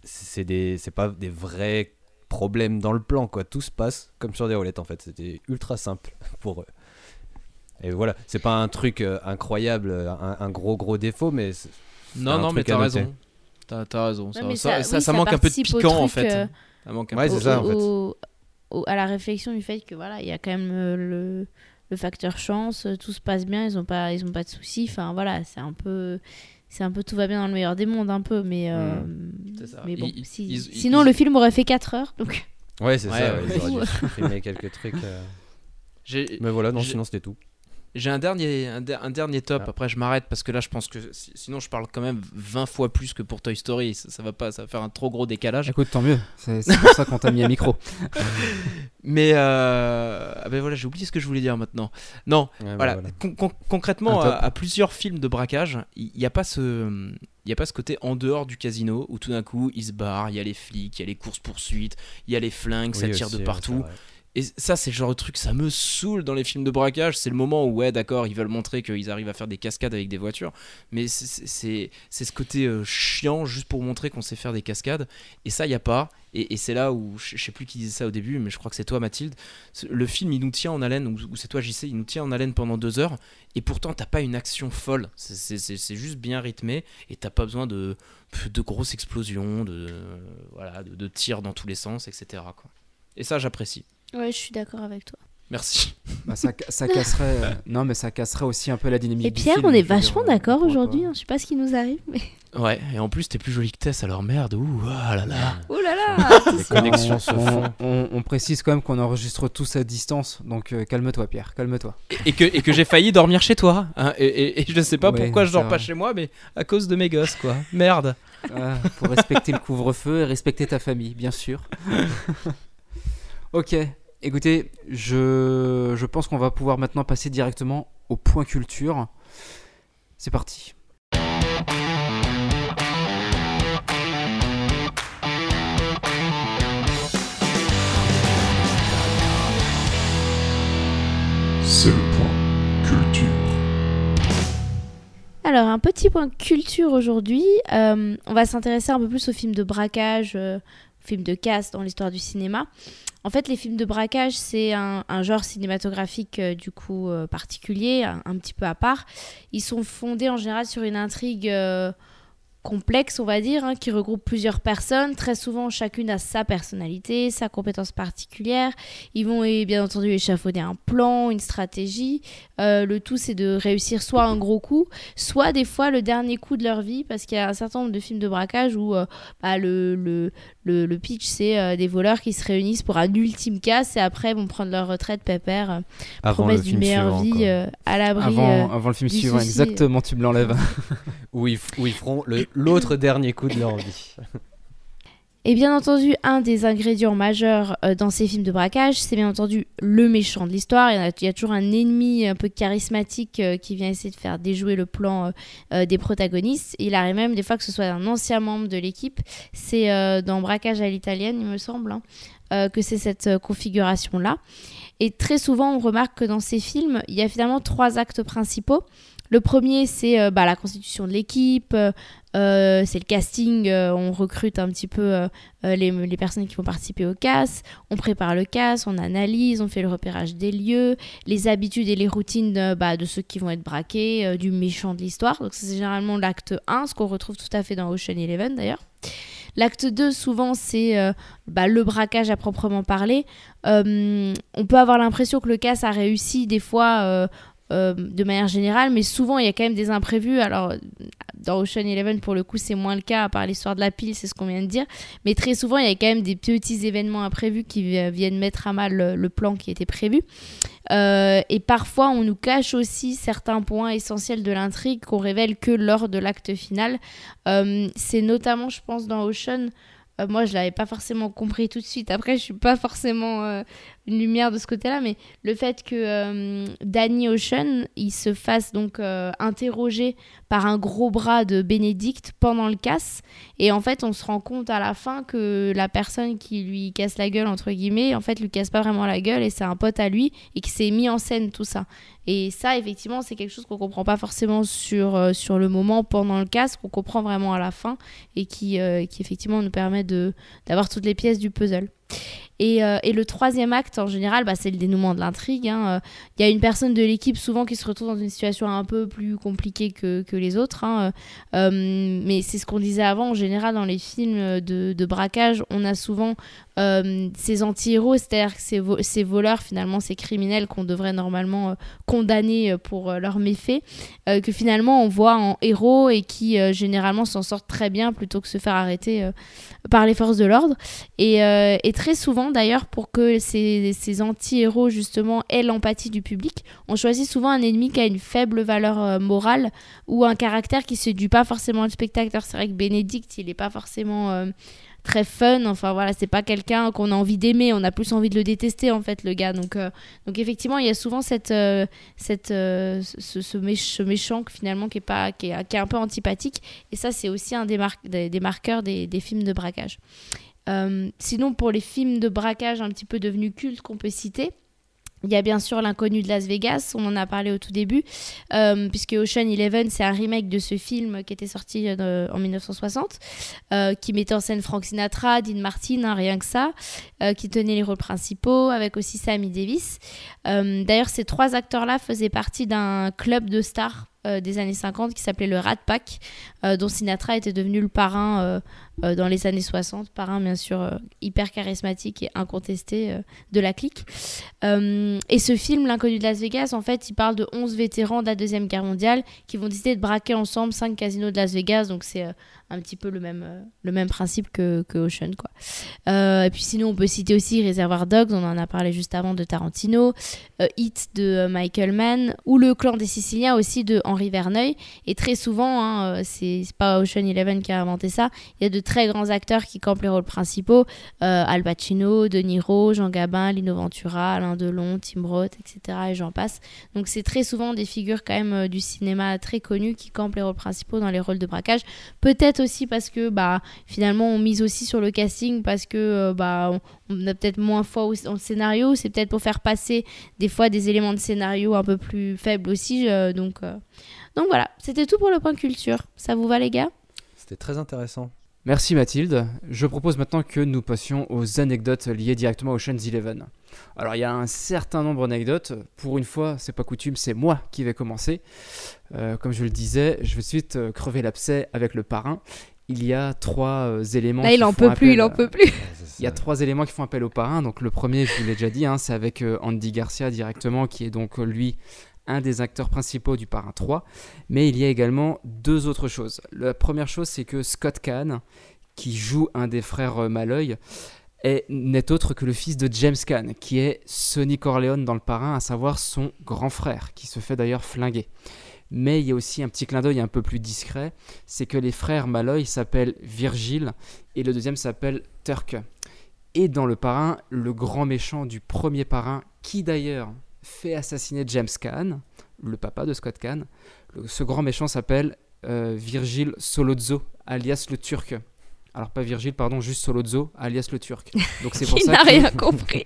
c'est pas des vrais problèmes dans le plan, quoi. Tout se passe comme sur des roulettes, en fait. C'était ultra simple pour eux. Et voilà, c'est pas un truc incroyable, un gros défaut, mais Non, un non, mais truc à t'as noter. raison. T'as raison. Ouais, mais Ça manque un peu de participe au piquant, en truc, fait. Ça manque un Ouais, peu. c'est ça, en fait. À la réflexion du fait que voilà, il y a quand même le facteur chance, tout se passe bien, ils ont pas de soucis. Enfin voilà, c'est un peu tout va bien dans le meilleur des mondes un peu, mais C'est ça. mais bon, Ils- sinon le film aurait fait 4 heures, donc. Ouais, c'est Ouais, ça, ouais. ils auraient dû supprimer quelques trucs. Mais voilà, non, j'ai- sinon c'était tout. J'ai un dernier top, Ah. après je m'arrête parce que là je pense que sinon je parle quand même 20 fois plus que pour Toy Story, ça va faire un trop gros décalage. Écoute, tant mieux. C'est pour ça qu'on t'a mis un micro. Mais ben voilà, j'ai oublié ce que je voulais dire maintenant. Non, Ouais, voilà, bah, concrètement Un top. à plusieurs films de braquage, il n'y a pas ce côté en dehors du casino où tout d'un coup ils se barrent, il y a les flics, il y a les courses-poursuites, il y a les flingues, ça Oui, tire aussi, de ouais, partout. c'est vrai. Et ça, c'est le genre de truc, ça me saoule dans les films de braquage. C'est le moment où, ouais, d'accord, ils veulent montrer qu'ils arrivent à faire des cascades avec des voitures. Mais c'est ce côté chiant juste pour montrer qu'on sait faire des cascades. Et ça, il n'y a pas. Et c'est là où, je sais plus qui disait ça au début, mais je crois que c'est toi, Mathilde. Le film, il nous tient en haleine, ou c'est toi, JC, il nous tient en haleine pendant 2 heures. Et pourtant, t'as pas une action folle. C'est juste bien rythmé. Et t'as pas besoin de grosses explosions, de tirs dans tous les sens, etc. quoi. Et ça, j'apprécie. Ouais, je suis d'accord avec toi. Merci. Bah, ça casserait. Non, mais ça casserait aussi un peu la dynamique. Et du Pierre, film, on est je veux dire, vachement d'accord pourquoi aujourd'hui. pas. Je sais pas ce qui nous arrive, mais. Ouais, et en plus, t'es plus jolie que Tess, alors merde. Ouh, ah là là. Oh là là. Les connexions se font. On précise quand même qu'on enregistre tous à distance, donc calme-toi, Pierre, calme-toi. Et que j'ai failli dormir chez toi. Hein, et je sais pas Ouais, pourquoi je dors c'est pas vrai. chez moi, mais à cause de mes gosses, quoi. Merde. Faut respecter le couvre-feu et respecter ta famille, bien sûr. Ok, écoutez, je pense qu'on va pouvoir maintenant passer directement au point culture. C'est parti. C'est le point culture. Alors, un petit point culture aujourd'hui. On va s'intéresser un peu plus aux films de braquage, aux films de casse dans l'histoire du cinéma. En fait, les films de braquage, c'est un genre cinématographique du coup particulier, un petit peu à part. Ils sont fondés en général sur une intrigue complexe, on va dire, hein, qui regroupe plusieurs personnes. Très souvent, chacune a sa personnalité, sa compétence particulière. Ils vont bien entendu échafauder un plan, une stratégie. Le tout, c'est de réussir soit un gros coup, soit des fois le dernier coup de leur vie, parce qu'il y a un certain nombre de films de braquage où le pitch, c'est des voleurs qui se réunissent pour un ultime casse et après vont prendre leur retraite pépère, promesse d'une meilleure vie à l'abri avant le film du suivant, souci. exactement, tu me l'enlèves. où ils feront l'autre dernier coup de leur vie. Et bien entendu, un des ingrédients majeurs dans ces films de braquage, c'est bien entendu le méchant de l'histoire. Il y a toujours un ennemi un peu charismatique qui vient essayer de faire déjouer le plan des protagonistes. Il arrive même des fois que ce soit un ancien membre de l'équipe. C'est dans Braquage à l'italienne, il me semble, que c'est cette configuration-là. Et très souvent, on remarque que dans ces films, il y a finalement 3 actes principaux. Le premier, c'est la constitution de l'équipe, c'est le casting, on recrute un petit peu les personnes qui vont participer au casse, on prépare le casse, on analyse, on fait le repérage des lieux, les habitudes et les routines de ceux qui vont être braqués, du méchant de l'histoire. Donc c'est généralement l'acte 1, ce qu'on retrouve tout à fait dans Ocean Eleven d'ailleurs. L'acte 2, souvent, c'est le braquage à proprement parler. On peut avoir l'impression que le casse a réussi des fois de manière générale, mais souvent il y a quand même des imprévus. Alors dans Ocean Eleven, pour le coup, c'est moins le cas, à part l'histoire de la pile, c'est ce qu'on vient de dire, mais très souvent il y a quand même des petits événements imprévus qui viennent mettre à mal le plan qui était prévu. Et parfois on nous cache aussi certains points essentiels de l'intrigue qu'on révèle que lors de l'acte final. C'est notamment, je pense, dans Ocean, moi je l'avais pas forcément compris tout de suite, après je suis pas forcément une lumière de ce côté-là, mais le fait que Danny Ocean, il se fasse donc interroger par un gros bras de Benedict pendant le casse, et en fait on se rend compte à la fin que la personne qui lui casse la gueule, entre guillemets, en fait lui casse pas vraiment la gueule, et c'est un pote à lui, et qui s'est mis en scène tout ça. Et ça, effectivement, c'est quelque chose qu'on comprend pas forcément sur le moment, pendant le casse, qu'on comprend vraiment à la fin, et qui effectivement nous permet d'avoir toutes les pièces du puzzle. Et le troisième acte, en général, c'est le dénouement de l'intrigue. Il y a une personne de l'équipe souvent qui se retrouve dans une situation un peu plus compliquée que les autres. Mais c'est ce qu'on disait avant. En général, dans les films de braquage, on a souvent ces anti-héros, c'est-à-dire que ces voleurs, finalement, ces criminels qu'on devrait normalement condamner pour leurs méfaits, que finalement on voit en héros et qui généralement s'en sortent très bien plutôt que se faire arrêter par les forces de l'ordre. Et très souvent, d'ailleurs, pour que ces anti-héros, justement, aient l'empathie du public, on choisit souvent un ennemi qui a une faible valeur morale ou un caractère qui séduit pas forcément le spectateur. C'est vrai que Benedict, il est pas forcément très fun, enfin voilà, c'est pas quelqu'un qu'on a envie d'aimer, on a plus envie de le détester en fait, le gars. Donc effectivement, il y a souvent ce méchant finalement qui est un peu antipathique, et ça c'est aussi un des marqueurs des films de braquage. Sinon, pour les films de braquage un petit peu devenus cultes qu'on peut citer, il y a bien sûr L'Inconnu de Las Vegas, on en a parlé au tout début, puisque Ocean Eleven, c'est un remake de ce film qui était sorti en 1960, qui mettait en scène Frank Sinatra, Dean Martin, rien que ça, qui tenait les rôles principaux, avec aussi Sammy Davis. D'ailleurs, ces 3 acteurs-là faisaient partie d'un club de stars des années 50 qui s'appelait le Rat Pack, dont Sinatra était devenu le parrain dans les années 60, parrain bien sûr hyper charismatique et incontesté de la clique. Et ce film, L'Inconnu de Las Vegas, en fait, il parle de 11 vétérans de la Deuxième Guerre mondiale qui vont décider de braquer ensemble 5 casinos de Las Vegas, donc c'est un petit peu le même principe que Ocean, quoi. Et puis sinon, on peut citer aussi Reservoir Dogs, on en a parlé juste avant, de Tarantino, Hit de Michael Mann, ou Le Clan des Siciliens aussi de Henri Verneuil. Et très souvent, c'est pas Ocean Eleven qui a inventé ça, il y a de très grands acteurs qui campent les rôles principaux, Al Pacino, De Niro, Jean Gabin, Lino Ventura, Alain Delon, Tim Roth, etc. et j'en passe. Donc c'est très souvent des figures quand même du cinéma très connues qui campent les rôles principaux dans les rôles de braquage. Peut-être aussi parce que finalement on mise aussi sur le casting, parce que on a peut-être moins foi dans le scénario, c'est peut-être pour faire passer des fois des éléments de scénario un peu plus faibles aussi, donc voilà, c'était tout pour le point culture. Ça vous va les gars ? C'était très intéressant. Merci Mathilde. Je propose maintenant que nous passions aux anecdotes liées directement à Ocean's 11. Alors il y a un certain nombre d'anecdotes. Pour une fois, c'est pas coutume, c'est moi qui vais commencer. Comme je le disais, je vais tout de suite crever l'abcès avec le parrain. Il y a 3 éléments. Là, il en peut plus. Il y a 3 éléments qui font appel au parrain. Donc le premier, je vous l'ai déjà dit, c'est avec Andy Garcia directement, qui est donc lui un des acteurs principaux du Parrain 3, mais il y a également 2 autres choses. La première chose, c'est que Scott Caan, qui joue un des frères Malloy, n'est autre que le fils de James Caan, qui est Sonny Corleone dans le Parrain, à savoir son grand frère, qui se fait d'ailleurs flinguer. Mais il y a aussi un petit clin d'œil un peu plus discret, c'est que les frères Malloy s'appellent Virgil et le deuxième s'appelle Turk. Et dans le Parrain, le grand méchant du premier Parrain, qui d'ailleurs fait assassiner James Caan, le papa de Scott Caan. Ce grand méchant s'appelle Virgil Solozzo, alias le Turc. Alors pas Virgil, pardon, juste Solozzo, alias le Turc. Donc c'est pour Qui ça n'a rien compris.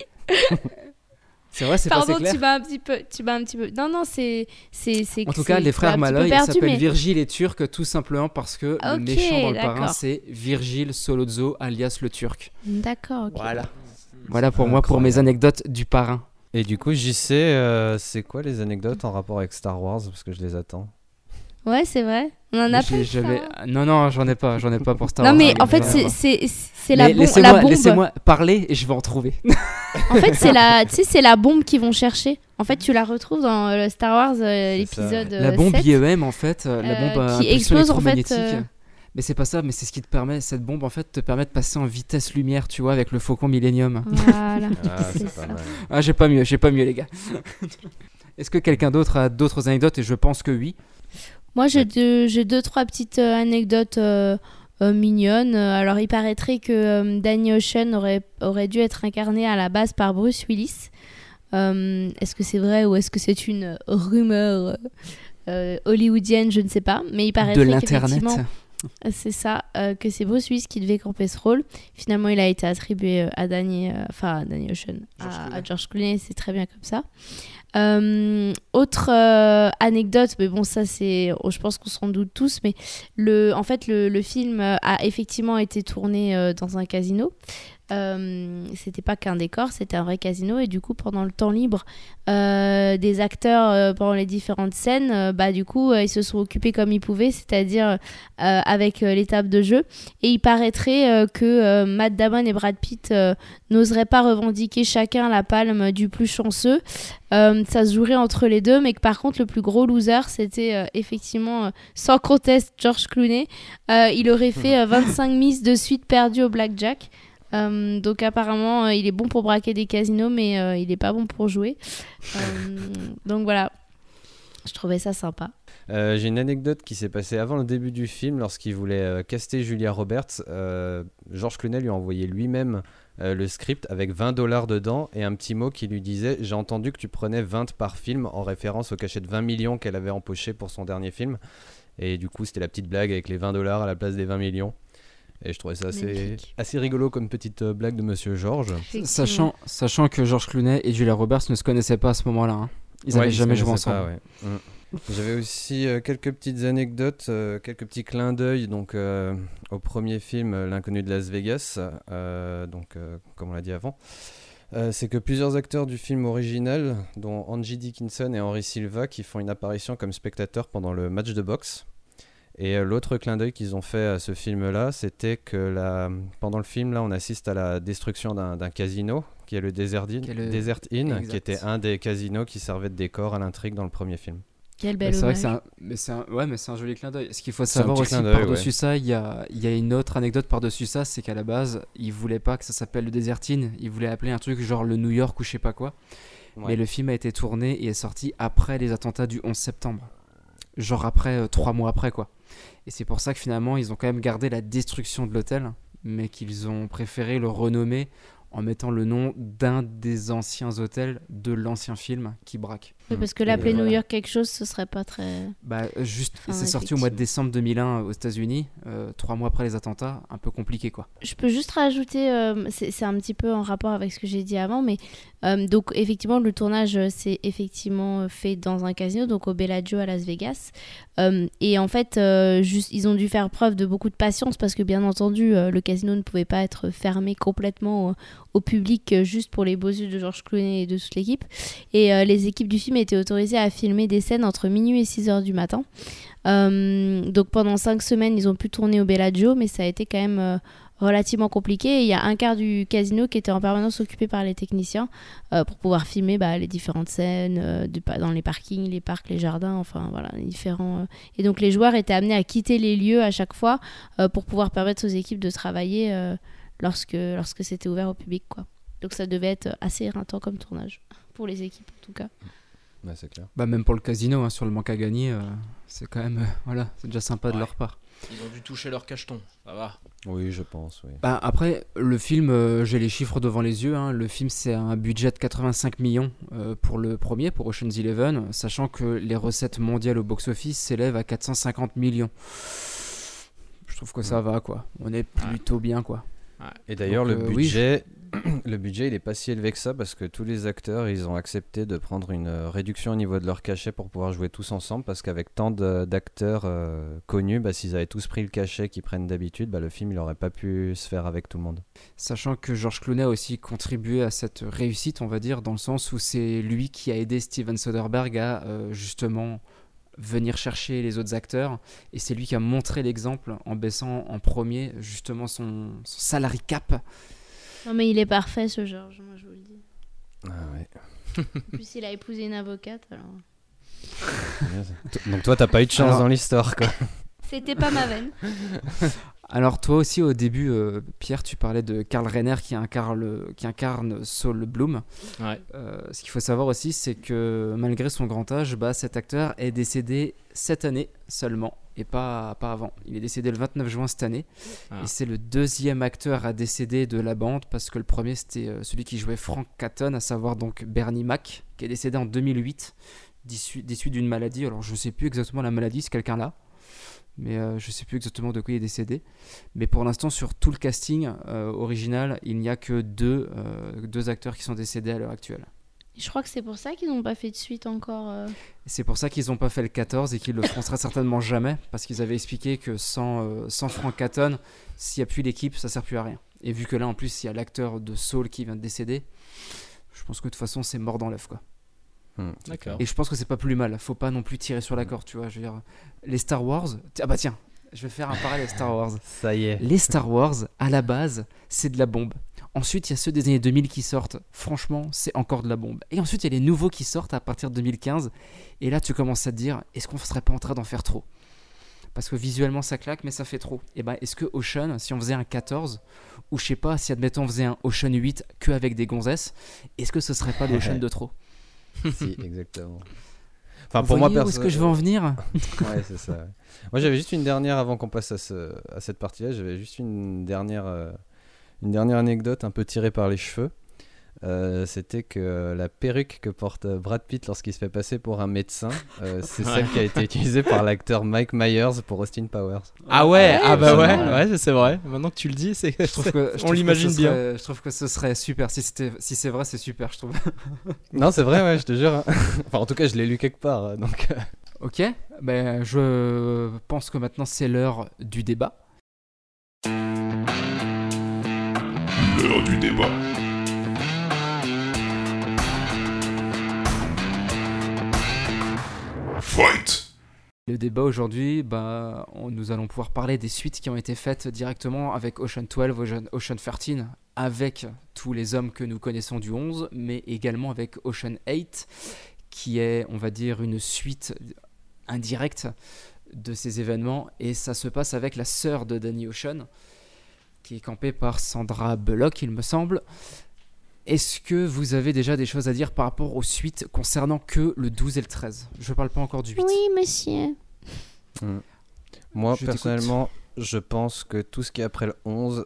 C'est vrai, c'est pas clair. Pardon, tu vas un petit peu. Non, c'est. En tout cas, les frères Malloy s'appellent Virgil et Turc tout simplement parce que le méchant dans le Parrain, c'est Virgil Solozzo, alias le Turc. D'accord, ok. Voilà pour moi, pour mes anecdotes du Parrain. Et du coup, JC, c'est quoi les anecdotes en rapport avec Star Wars? Parce que je les attends. Ouais, c'est vrai. On en a pas. Non, j'en ai pas pour Star Wars. Non, mais en fait, c'est la bombe. Laissez-moi parler et je vais en trouver. En fait, c'est la bombe qu'ils vont chercher. En fait, tu la retrouves dans le Star Wars l'épisode 7. La bombe IEM, en fait, la bombe qui explose en fait. Mais c'est pas ça, mais c'est ce qui te permet, cette bombe en fait te permet de passer en vitesse lumière, tu vois, avec le Faucon Millennium. Voilà. C'est pas mal. J'ai pas mieux les gars. Est-ce que quelqu'un d'autre a d'autres anecdotes? Et je pense que oui. Moi j'ai 2-3 petites anecdotes mignonnes. Alors il paraîtrait que Danny Ocean aurait dû être incarné à la base par Bruce Willis. Est-ce que c'est vrai ou est-ce que c'est une rumeur hollywoodienne? Je ne sais pas, mais il paraîtrait de l'internet. C'est ça, que c'est Bruce Willis qui devait camper ce rôle. Finalement, il a été attribué à Danny Ocean, à George Clooney, c'est très bien comme ça. Autre anecdote, mais bon, ça c'est, je pense qu'on s'en doute tous, mais en fait, le film a effectivement été tourné dans un casino. C'était pas qu'un décor, c'était un vrai casino, et du coup pendant le temps libre des acteurs pendant les différentes scènes, du coup ils se sont occupés comme ils pouvaient, c'est-à-dire avec les tables de jeu, et il paraîtrait que Matt Damon et Brad Pitt n'oseraient pas revendiquer chacun la palme du plus chanceux. Ça se jouerait entre les deux, mais que par contre le plus gros loser c'était effectivement sans conteste George Clooney. Il aurait fait 25 mises de suite perdues au blackjack. Donc apparemment il est bon pour braquer des casinos, mais il est pas bon pour jouer. Donc voilà, je trouvais ça sympa. J'ai une anecdote qui s'est passée avant le début du film. Lorsqu'il voulait caster Julia Roberts, George Clooney lui a envoyé lui-même le script avec $20 dedans et un petit mot qui lui disait: j'ai entendu que tu prenais 20 par film, en référence au cachet de 20 millions qu'elle avait empoché pour son dernier film. Et du coup c'était la petite blague avec les $20 à la place des 20 millions. Et je trouvais ça assez rigolo comme petite blague de Monsieur George. Sachant que George Clooney et Julia Roberts ne se connaissaient pas à ce moment-là. Ils n'avaient jamais joué ensemble. J'avais aussi quelques petites anecdotes, quelques petits clins d'œil donc, au premier film L'Inconnu de Las Vegas, comme on l'a dit avant. C'est que plusieurs acteurs du film original, dont Angie Dickinson et Henry Silva, qui font une apparition comme spectateurs pendant le match de boxe. Et l'autre clin d'œil qu'ils ont fait à ce film-là, c'était que pendant le film, là, on assiste à la destruction d'un casino, qui est le Desert Inn, qui était un des casinos qui servait de décor à l'intrigue dans le premier film. Quel bel hommage. C'est vrai que c'est un joli clin d'œil. Ce qu'il faut savoir aussi par-dessus ça, il y a une autre anecdote par-dessus ça, c'est qu'à la base, ils voulaient pas que ça s'appelle le Desert Inn, ils voulaient appeler un truc genre le New York ou je sais pas quoi. Ouais. Mais le film a été tourné et est sorti après les attentats du 11 septembre. Genre après, 3 mois après quoi. Et c'est pour ça que finalement ils ont quand même gardé la destruction de l'hôtel, mais qu'ils ont préféré le renommer en mettant le nom d'un des anciens hôtels de l'ancien film qui braque. Oui, parce que l'appeler New York quelque chose, ce serait pas très... C'est sorti au mois de décembre 2001 aux États-Unis, 3 mois après les attentats, un peu compliqué quoi. Je peux juste rajouter, c'est un petit peu en rapport avec ce que j'ai dit avant, mais donc effectivement le tournage s'est effectivement fait dans un casino, donc au Bellagio à Las Vegas, et en fait ils ont dû faire preuve de beaucoup de patience parce que bien entendu le casino ne pouvait pas être fermé complètement au public juste pour les beaux yeux de George Clooney et de toute l'équipe, et les équipes du film étaient autorisées à filmer des scènes entre minuit et 6h du matin. Donc pendant 5 semaines ils ont pu tourner au Bellagio, mais ça a été quand même relativement compliqué, et il y a un quart du casino qui était en permanence occupé par les techniciens pour pouvoir filmer les différentes scènes dans les parkings, les parcs, les jardins, enfin voilà, les différents et donc les joueurs étaient amenés à quitter les lieux à chaque fois pour pouvoir permettre aux équipes de travailler lorsque c'était ouvert au public quoi. Donc ça devait être assez éreintant comme tournage pour les équipes en tout cas. Ouais, c'est clair. Même pour le casino, sur le manque à gagner, c'est quand même c'est déjà sympa de leur part. Ils ont dû toucher leur cacheton, ça va. Oui, je pense, oui. Après, le film, j'ai les chiffres devant les yeux, le film c'est un budget de 85 millions pour le premier, pour Ocean's 11, sachant que les recettes mondiales au box-office s'élèvent à 450 millions. Je trouve que ça va quoi, on est plutôt bien quoi. Et d'ailleurs le budget il est pas si élevé que ça parce que tous les acteurs ils ont accepté de prendre une réduction au niveau de leur cachet pour pouvoir jouer tous ensemble, parce qu'avec tant d'acteurs connus, s'ils avaient tous pris le cachet qu'ils prennent d'habitude, le film il aurait pas pu se faire avec tout le monde. Sachant que George Clooney a aussi contribué à cette réussite, on va dire, dans le sens où c'est lui qui a aidé Steven Soderbergh à justement venir chercher les autres acteurs, et c'est lui qui a montré l'exemple en baissant en premier justement son salary cap. Non mais il est parfait ce George, moi je vous le dis. Ah ouais. En plus il a épousé une avocate alors. Donc toi t'as pas eu de chance dans l'histoire quoi. C'était pas ma veine. Alors toi aussi au début Pierre tu parlais de Karl Reiner qui incarne Saul Bloom. Ouais. Ce qu'il faut savoir aussi c'est que malgré son grand âge, cet acteur est décédé cette année seulement et pas avant. Il est décédé le 29 juin cette année et c'est le deuxième acteur à décéder de la bande, parce que le premier c'était celui qui jouait Frank Catton, à savoir donc Bernie Mac, qui est décédé en 2008 d'issue d'une maladie. Alors je sais plus exactement la maladie, c'est quelqu'un là. Mais je sais plus exactement de quoi il est décédé. Mais pour l'instant, sur tout le casting original, il n'y a que deux acteurs qui sont décédés à l'heure actuelle. Je crois que c'est pour ça qu'ils n'ont pas fait de suite encore. C'est pour ça qu'ils n'ont pas fait le 14 et qu'ils le feront très certainement jamais, parce qu'ils avaient expliqué que sans Frank Catton, s'il n'y a plus l'équipe, ça ne sert plus à rien. Et vu que là, en plus, il y a l'acteur de Saul qui vient de décéder, je pense que de toute façon, c'est mort dans l'œuf, quoi. D'accord. Et je pense que c'est pas plus mal, faut pas non plus tirer sur la corde, tu vois. Je veux dire, les Star Wars, tiens, je vais faire un parallèle avec Star Wars. Ça y est. Les Star Wars, à la base, c'est de la bombe. Ensuite, il y a ceux des années 2000 qui sortent. Franchement, c'est encore de la bombe. Et ensuite, il y a les nouveaux qui sortent à partir de 2015. Et là, tu commences à te dire, est-ce qu'on serait pas en train d'en faire trop ? Parce que visuellement, ça claque, mais ça fait trop. Et est-ce que Ocean, si on faisait un 14, ou je sais pas, si admettons on faisait un Ocean 8 que avec des gonzesses, est-ce que ce serait pas l'Ocean de trop ? Si, exactement. Enfin, vous pour moi, où est-ce que je veux en venir ? Ouais, c'est ça. Ouais. Moi, j'avais juste une dernière, avant qu'on passe à cette partie-là, j'avais juste une dernière anecdote un peu tirée par les cheveux. C'était que la perruque que porte Brad Pitt lorsqu'il se fait passer pour un médecin, c'est celle qui a été utilisée par l'acteur Mike Myers pour Austin Powers. Ah ouais, ouais, c'est vrai. Maintenant que tu le dis, on l'imagine bien. Je trouve que ce serait super. Si c'est vrai, c'est super, je trouve. Non, c'est vrai, ouais, je te jure. Enfin, en tout cas, je l'ai lu quelque part. Donc. Ok, je pense que maintenant c'est l'heure du débat. L'heure du débat. Fight. Le débat aujourd'hui, nous allons pouvoir parler des suites qui ont été faites directement avec Ocean 12, Ocean 13, avec tous les hommes que nous connaissons du 11, mais également avec Ocean 8, qui est, on va dire, une suite indirecte de ces événements, et ça se passe avec la sœur de Danny Ocean, qui est campée par Sandra Bullock, il me semble. Est-ce que vous avez déjà des choses à dire par rapport aux suites concernant que le 12 et le 13 ? Je ne parle pas encore du 8. Oui, monsieur. Moi, personnellement, je pense que tout ce qui est après le 11,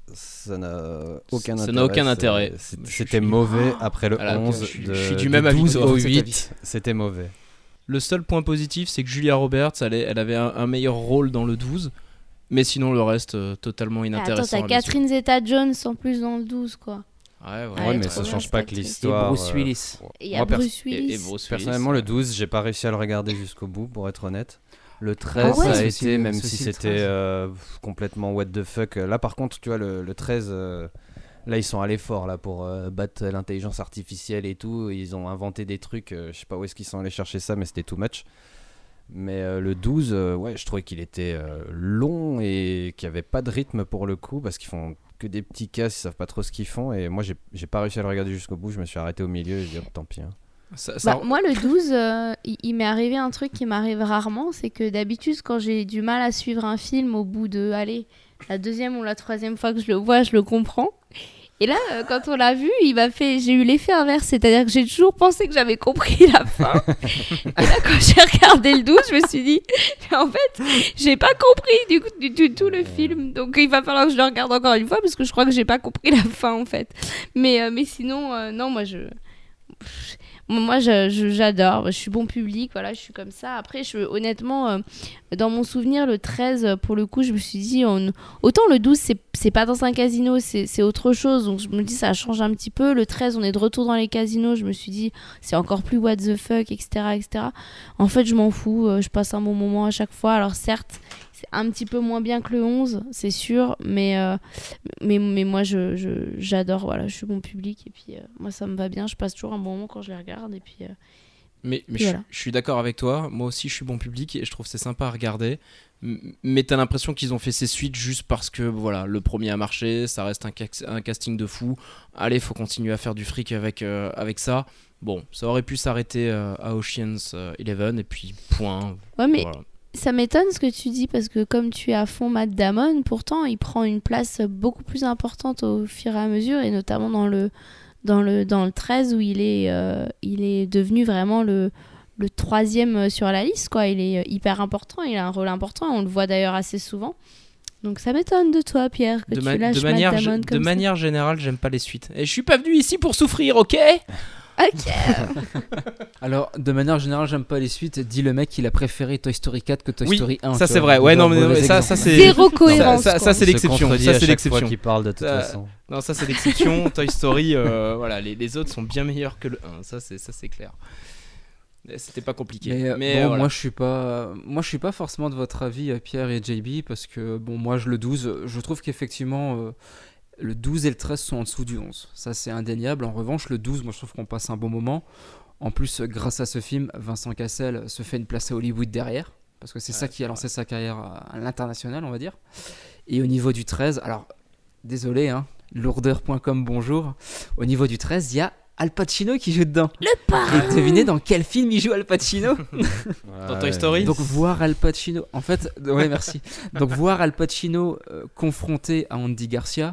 ça n'a aucun intérêt. Ça n'a aucun intérêt. C'était mauvais après le 11. Je suis du même avis 12 que toi. au 8, c'était mauvais. Le seul point positif, c'est que Julia Roberts, elle avait un meilleur rôle dans le 12. Mais sinon, le reste, totalement inintéressant. Attends, t'as Catherine Zeta-Jones en plus dans le 12, quoi. Ouais, mais ça change pas que l'histoire. Et Bruce Willis. Et Bruce Willis. Et Bruce Personnellement, le 12, j'ai pas réussi à le regarder jusqu'au bout, pour être honnête. Le 13, Ah ouais, ça a c'est été, aussi- même c'est si aussi le c'était complètement what the fuck. Là, par contre, tu vois, le 13, là, ils sont allés fort là, pour battre l'intelligence artificielle et tout. Ils ont inventé des trucs, je sais pas où est-ce qu'ils sont allés chercher ça, mais c'était too much. Mais le 12, ouais, je trouvais qu'il était long et qu'il n'y avait pas de rythme pour le coup, parce qu'ils font que des petits casses, ils savent pas trop ce qu'ils font. Et moi, j'ai pas réussi à le regarder jusqu'au bout, je me suis arrêté au milieu et j'ai dit, tant pis. Hein. Moi, le 12, il m'est arrivé un truc qui m'arrive rarement, c'est que d'habitude, quand j'ai du mal à suivre un film, au bout de, la deuxième ou la troisième fois que je le vois, je le comprends. Et là, quand on l'a vu, j'ai eu l'effet inverse, c'est-à-dire que j'ai toujours pensé que j'avais compris la fin. Et là, quand j'ai regardé le 12, je me suis dit, mais en fait, j'ai pas compris du tout le film. Donc il va falloir que je le regarde encore une fois, parce que je crois que j'ai pas compris la fin, en fait. Mais sinon, non, moi, j'adore. Je suis bon public, voilà, je suis comme ça. Après, honnêtement, dans mon souvenir, le 13, pour le coup, je me suis dit, autant le 12, c'est pas dans un casino, c'est autre chose. Donc, je me dis, ça change un petit peu. Le 13, on est de retour dans les casinos. Je me suis dit, c'est encore plus what the fuck, etc., etc. En fait, je m'en fous. Je passe un bon moment à chaque fois. Alors, certes, c'est un petit peu moins bien que le 11, c'est sûr, mais moi j'adore, voilà, je suis bon public et puis moi ça me va bien, je passe toujours un bon moment quand je les regarde et puis mais voilà. Je suis d'accord avec toi, moi aussi je suis bon public et je trouve que c'est sympa à regarder, mais t'as l'impression qu'ils ont fait ces suites juste parce que voilà, le premier a marché, ça reste un casting de fou, allez, faut continuer à faire du fric avec ça. Bon, ça aurait pu s'arrêter à Ocean's 11 et puis point. Ouais, mais voilà. Ça m'étonne ce que tu dis parce que comme tu es à fond Matt Damon, pourtant il prend une place beaucoup plus importante au fur et à mesure et notamment dans le 13 où il est devenu vraiment le troisième sur la liste, quoi. Il est hyper important, il a un rôle important, on le voit d'ailleurs assez souvent. Donc ça m'étonne de toi, Pierre, que tu lâches Matt Damon comme ça. De manière générale, j'aime pas les suites. Et je suis pas venu ici pour souffrir, ok ? Ok. Alors, de manière générale, j'aime pas les suites. Dit le mec qu'il a préféré Toy Story 4 que Toy Story 1. Ça c'est vrai. Ouais, non, mais ça c'est zéro cohérence. Ça c'est l'exception. Ça c'est l'exception. Qui parle de toute façon. Non, ça c'est l'exception. Toy Story, voilà, les autres sont bien meilleurs que le 1. Ça c'est clair. C'était pas compliqué. Mais bon, voilà. moi je suis pas forcément de votre avis, Pierre et JB, parce que bon, moi le 12, je trouve qu'effectivement le 12 et le 13 sont en dessous du 11. Ça, c'est indéniable. En revanche, le 12, moi, je trouve qu'on passe un bon moment. En plus, grâce à ce film, Vincent Cassel se fait une place à Hollywood derrière. Parce que c'est ça qui a lancé sa carrière à l'international, on va dire. Et au niveau du 13, alors, désolé, hein, lourdeur.com, bonjour. Au niveau du 13, il y a Al Pacino qui joue dedans. Le parrain. Et devinez dans quel film il joue Al Pacino ? Dans Toy Story. Donc voir Al Pacino, en fait, ouais, merci. Donc voir Al Pacino confronté à Andy Garcia,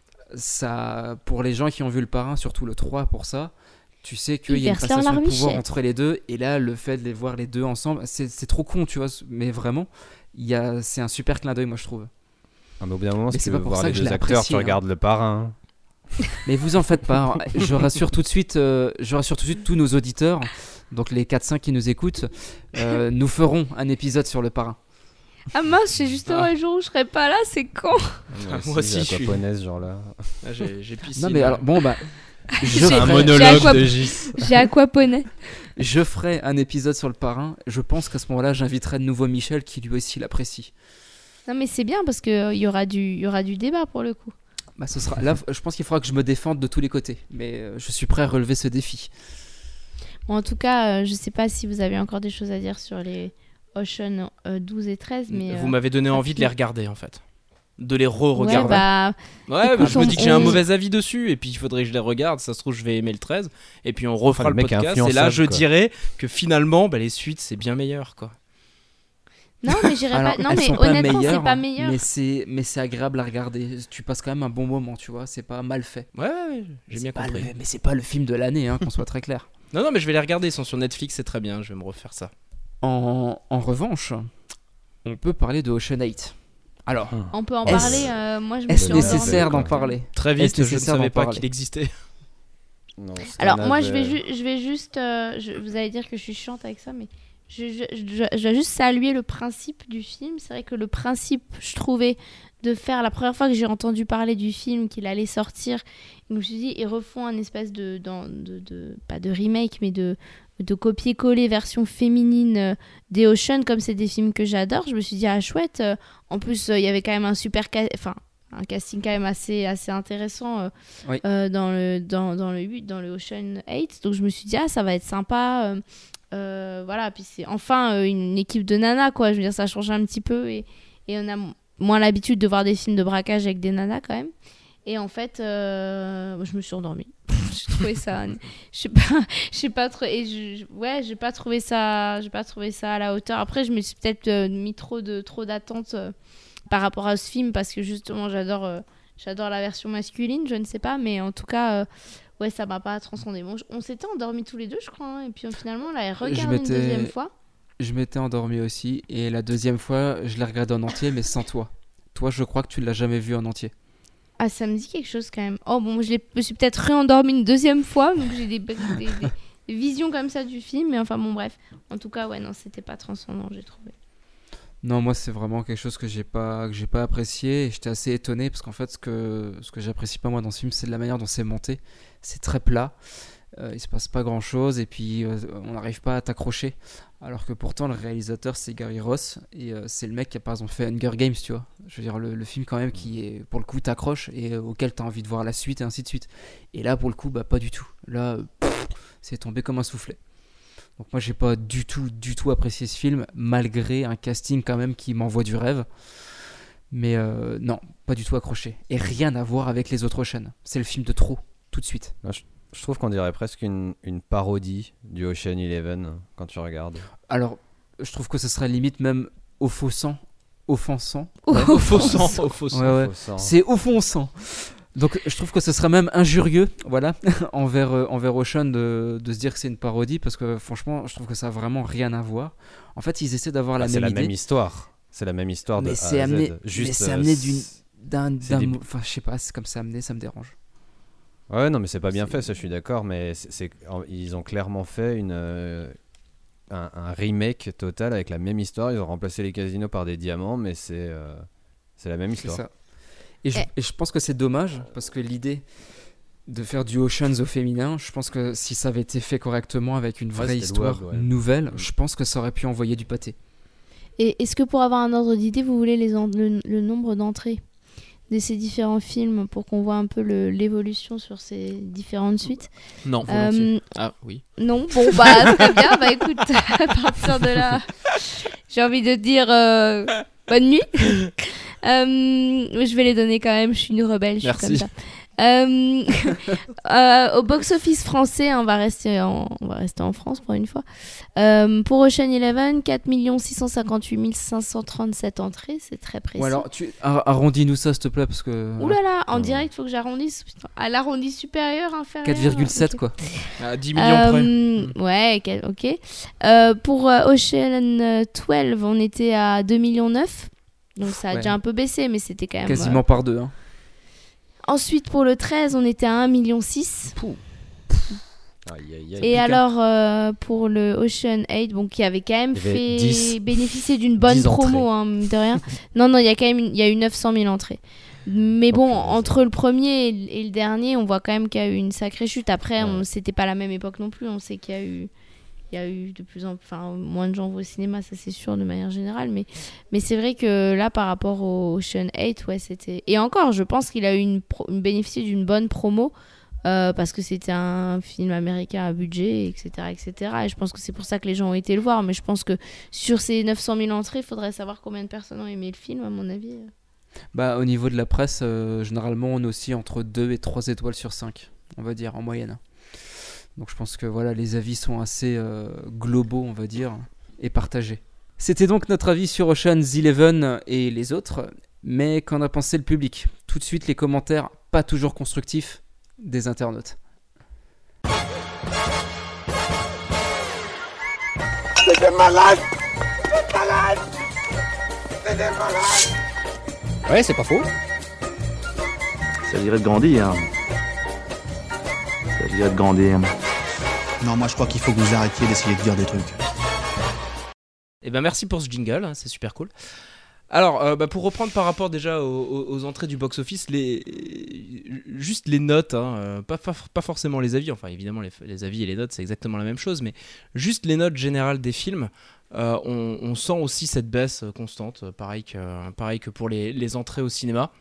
ça, pour les gens qui ont vu le parrain, surtout le 3 pour ça, tu sais qu'il y a une passation de pouvoir entre les deux, et là le fait de les voir les deux ensemble, c'est trop con, tu vois, mais vraiment, c'est un super clin d'œil, moi je trouve. Ah, mais au bout d'un moment, si c'est tu pas veux pour voir ça les que je deux l'ai acteurs, apprécié, tu regardes le parrain. Mais vous en faites pas, je rassure tout de suite tous nos auditeurs, donc les 4-5 qui nous écoutent, nous ferons un épisode sur le parrain. Ah mince, c'est justement le jour où je serai pas là, c'est con. Moi aussi, je suis aquaponaise, genre là. Ah, j'ai piscine. Non mais alors, bon bah... un monologue de Gis. J'ai aquaponé. Je ferai un épisode sur le parrain. Je pense qu'à ce moment-là, j'inviterai de nouveau Michel qui lui aussi l'apprécie. Non mais c'est bien parce qu'il y aura du débat pour le coup. Bah, ce sera... Là, je pense qu'il faudra que je me défende de tous les côtés. Mais je suis prêt à relever ce défi. Bon, en tout cas, je sais pas si vous avez encore des choses à dire sur les Ocean 12 et 13. Mais, vous m'avez donné envie de les regarder en fait. De les re-regarder. Ouais, écoute, je me dis que j'ai un mauvais avis dessus et puis il faudrait que je les regarde. Ça se trouve, je vais aimer le 13 et puis on refera le podcast. Et là, je dirais que finalement, les suites, c'est bien meilleur, quoi. Non, mais j'irais pas. Non, mais honnêtement, c'est pas meilleur. Mais c'est agréable à regarder. Tu passes quand même un bon moment, tu vois. C'est pas mal fait. Ouais, j'ai bien compris. Mais c'est pas le film de l'année, hein, qu'on soit très clair. Non, mais je vais les regarder. Ils sont sur Netflix, c'est très bien. Je vais me refaire ça. En revanche, on peut parler de Ocean 8. Alors, On peut en Est-ce- parler. Moi, je me est-ce suis nécessaire endormie. d'en parler? Très vite, Est-ce je ne nécessaire savais d'en pas parler qu'il existait. Non, c'est Alors un moi, navet. je vais juste, vous allez dire que je suis chiante avec ça, mais je vais juste saluer le principe du film. C'est vrai que le principe, je trouvais, de faire la première fois que j'ai entendu parler du film qu'il allait sortir, je me suis dit, ils refont un espèce de pas de remake, mais de copier-coller version féminine des Ocean, comme c'est des films que j'adore. Je me suis dit, ah chouette. En plus, il y avait quand même un super un casting quand même assez intéressant Oui. dans le Ocean 8. Donc je me suis dit, ah, ça va être sympa. Voilà, puis c'est enfin une équipe de nanas, quoi. Je veux dire, ça change un petit peu et on a moins l'habitude de voir des films de braquage avec des nanas quand même. Et en fait, je me suis endormie. J'ai trouvé ça, je sais pas trop, et j'ai pas trouvé ça à la hauteur. Après, je me suis peut-être mis trop d'attentes par rapport à ce film parce que justement, j'adore la version masculine, je ne sais pas, mais en tout cas, ouais, ça m'a pas transcendé. Bon, on s'était endormis tous les deux, je crois, hein, et puis finalement, on l'a regardé une deuxième fois. Je m'étais endormi aussi, et la deuxième fois, je l'ai regardé en entier, mais sans toi. Toi, je crois que tu l'as jamais vu en entier. Ah, ça me dit quelque chose quand même. Oh bon, me suis peut-être réendormie une deuxième fois, donc j'ai des visions comme ça du film, mais enfin bon, bref. En tout cas, ouais, non, c'était pas transcendant, j'ai trouvé. Non, moi, c'est vraiment quelque chose que j'ai pas apprécié, et j'étais assez étonné, parce qu'en fait, ce que j'apprécie pas, moi, dans ce film, c'est de la manière dont c'est monté. C'est très plat. Il se passe pas grand chose et puis on n'arrive pas à t'accrocher, alors que pourtant le réalisateur c'est Gary Ross et c'est le mec qui a par exemple fait Hunger Games, tu vois. Je veux dire, le film quand même qui est pour le coup t'accroche et auquel t'as envie de voir la suite et ainsi de suite. Et là pour le coup bah pas du tout. Là c'est tombé comme un soufflet. Donc moi j'ai pas du tout apprécié ce film, malgré un casting quand même qui m'envoie du rêve. Mais non, pas du tout accroché. Et rien à voir avec les autres chaînes. C'est le film de trop, tout de suite. Je trouve qu'on dirait presque une parodie du Ocean 11 quand tu regardes. Alors, je trouve que ce serait limite même offensant. Ouais, offensant. Ouais. C'est offensant. Donc, je trouve que ce serait même injurieux, voilà, envers Ocean de se dire que c'est une parodie, parce que franchement, je trouve que ça a vraiment rien à voir. En fait, ils essaient d'avoir la même idée. C'est la même histoire. C'est la même histoire de A à Z. Mais c'est amené d'un enfin, je sais pas, c'est comme ça amené, ça me dérange. Ouais, non, mais c'est pas bien fait, ça, je suis d'accord, mais ils ont clairement fait un remake total avec la même histoire. Ils ont remplacé les casinos par des diamants, mais c'est la même histoire. C'est ça. Et je pense que c'est dommage, parce que l'idée de faire du Oceans au féminin, je pense que si ça avait été fait correctement avec une vraie histoire nouvelle, je pense que ça aurait pu envoyer du pâté. Et est-ce que pour avoir un ordre d'idée, vous voulez le nombre d'entrées de ces différents films pour qu'on voit un peu l'évolution sur ces différentes suites? Non, volontiers. Ah oui. Non, bon bah très bien, bah écoute, à partir de là, j'ai envie de dire bonne nuit. Je vais les donner quand même, je suis une rebelle, je suis comme ça. Au box-office français, on va rester en France pour une fois. Pour Ocean 11, 4 658 537 entrées, c'est très précis. Ou alors, arrondis-nous ça, s'il te plaît, parce que... Ouh là là, en direct, il faut que j'arrondisse. Putain, à l'arrondi supérieur, inférieur. 4,7 okay. quoi. À 10 millions près. Ouais, ok. Pour Ocean 12, on était à 2,9 millions. Donc ça a déjà un peu baissé, mais c'était quand même... Quasiment par deux, hein. Ensuite, pour le 13, on était à 1,6 million. Et alors, pour le Ocean 8, bon, qui avait quand même fait bénéficier d'une bonne promo, hein, de rien. non, il y a eu 900 000 entrées. Mais bon, entre le premier et le dernier, on voit quand même qu'il y a eu une sacrée chute. Après, c'était pas la même époque non plus. On sait qu'il y a eu de plus en plus, moins de gens vont au cinéma, ça c'est sûr de manière générale, mais c'est vrai que là par rapport au Ocean 8, ouais, c'était... Et encore, je pense qu'il a eu bénéficié d'une bonne promo parce que c'était un film américain à budget, etc. Et je pense que c'est pour ça que les gens ont été le voir, mais je pense que sur ces 900 000 entrées, il faudrait savoir combien de personnes ont aimé le film, à mon avis. Bah, au niveau de la presse, généralement on est aussi entre 2 et 3 étoiles sur 5, on va dire, en moyenne. Donc je pense que voilà, les avis sont assez globaux, on va dire, et partagés. C'était donc notre avis sur Ocean's 11 et les autres, mais qu'en a pensé le public? Tout de suite les commentaires pas toujours constructifs des internautes. C'est des malades! C'est des malades! C'est des malades! Ouais, c'est pas faux. Ça dirait de grandir. Ça dirait de grandir. Non, moi je crois qu'il faut que vous arrêtiez d'essayer de dire des trucs. Et ben merci pour ce jingle, hein, c'est super cool. Alors, pour reprendre par rapport déjà aux entrées du box-office, juste les notes, hein, pas forcément les avis, enfin évidemment les avis et les notes c'est exactement la même chose, mais juste les notes générales des films, on sent aussi cette baisse constante, pareil que pour les entrées au cinéma.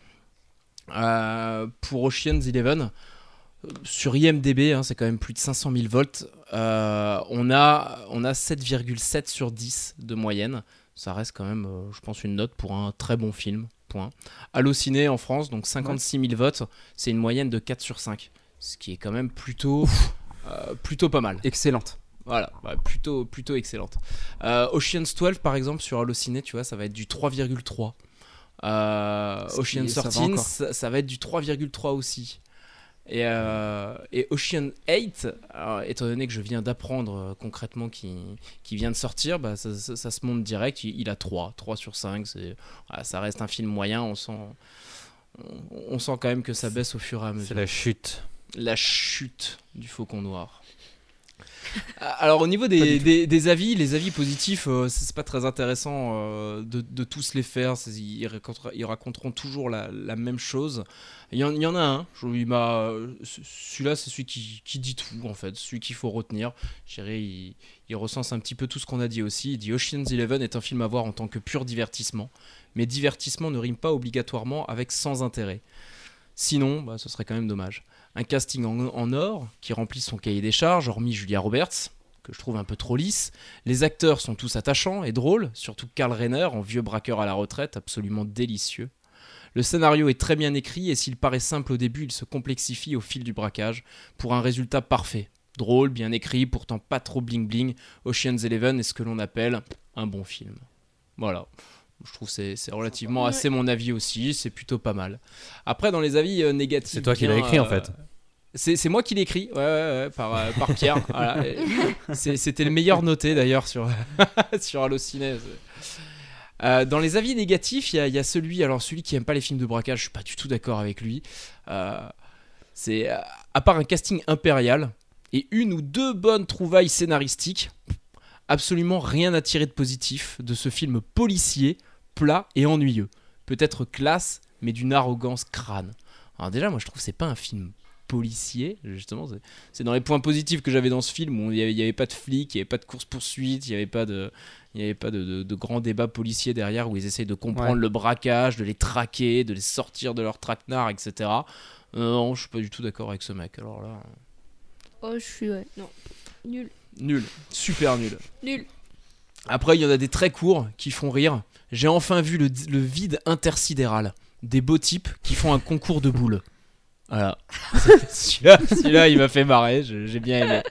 Pour Ocean's 11, sur IMDb, hein, c'est quand même plus de 500 000 volts, on a 7,7 sur 10 de moyenne. Ça reste quand même, je pense, une note pour un très bon film, point. Allociné en France, donc 56 000 votes, c'est une moyenne de 4 sur 5, ce qui est quand même plutôt pas mal. Excellente. Voilà, plutôt excellente. Ocean's 12, par exemple, sur Allociné, tu vois, ça va être du 3,3. Ocean's 13, ça va être du 3,3 aussi. Et Ocean 8, alors, étant donné que je viens d'apprendre concrètement qu'il vient de sortir, ça se monte direct, il a 3 sur 5, ça reste un film moyen, on sent quand même que ça baisse au fur et à mesure. C'est la chute du Faucon Noir. Alors au niveau des avis, les avis positifs, c'est pas très intéressant de tous les faire, ils raconteront toujours la même chose. Il y en a un, celui-là c'est celui qui dit tout en fait, celui qu'il faut retenir. Je dirais, il recense un petit peu tout ce qu'on a dit aussi. Il dit Ocean's 11 est un film à voir en tant que pur divertissement, mais divertissement ne rime pas obligatoirement avec sans intérêt. Sinon, ce serait quand même dommage. Un casting en or qui remplit son cahier des charges, hormis Julia Roberts, que je trouve un peu trop lisse. Les acteurs sont tous attachants et drôles, surtout Karl Reiner en vieux braqueur à la retraite, absolument délicieux. Le scénario est très bien écrit et s'il paraît simple au début, il se complexifie au fil du braquage pour un résultat parfait. Drôle, bien écrit, pourtant pas trop bling-bling, Ocean's 11 est ce que l'on appelle un bon film. Voilà. Je trouve que c'est relativement assez mon avis aussi, c'est plutôt pas mal. Après, dans les avis négatifs... C'est toi qui l'as écrit en fait. C'est moi qui l'ai écrit, par Pierre. Voilà. C'était le meilleur noté d'ailleurs sur Allociné. Dans les avis négatifs, il y a celui qui aime pas les films de braquage, je suis pas du tout d'accord avec lui. C'est à part un casting impérial et une ou deux bonnes trouvailles scénaristiques, absolument rien à tirer de positif de ce film policier, plat et ennuyeux. Peut-être classe, mais d'une arrogance crâne. Alors déjà, moi je trouve que c'est pas un film policier, justement, c'est dans les points positifs que j'avais dans ce film où il y avait pas de flics, il y avait pas de course-poursuite, il y avait pas de grands débats policiers derrière où ils essayent de comprendre le braquage, de les traquer, de les sortir de leur traquenard, etc. Non, je suis pas du tout d'accord avec ce mec, alors là... Oh, je suis... non. Nul, super nul. Nul. Après, il y en a des très courts qui font rire. J'ai enfin vu le vide intersidéral. Des beaux types qui font un concours de boules. Voilà. Celui-là, il m'a fait marrer, j'ai bien aimé.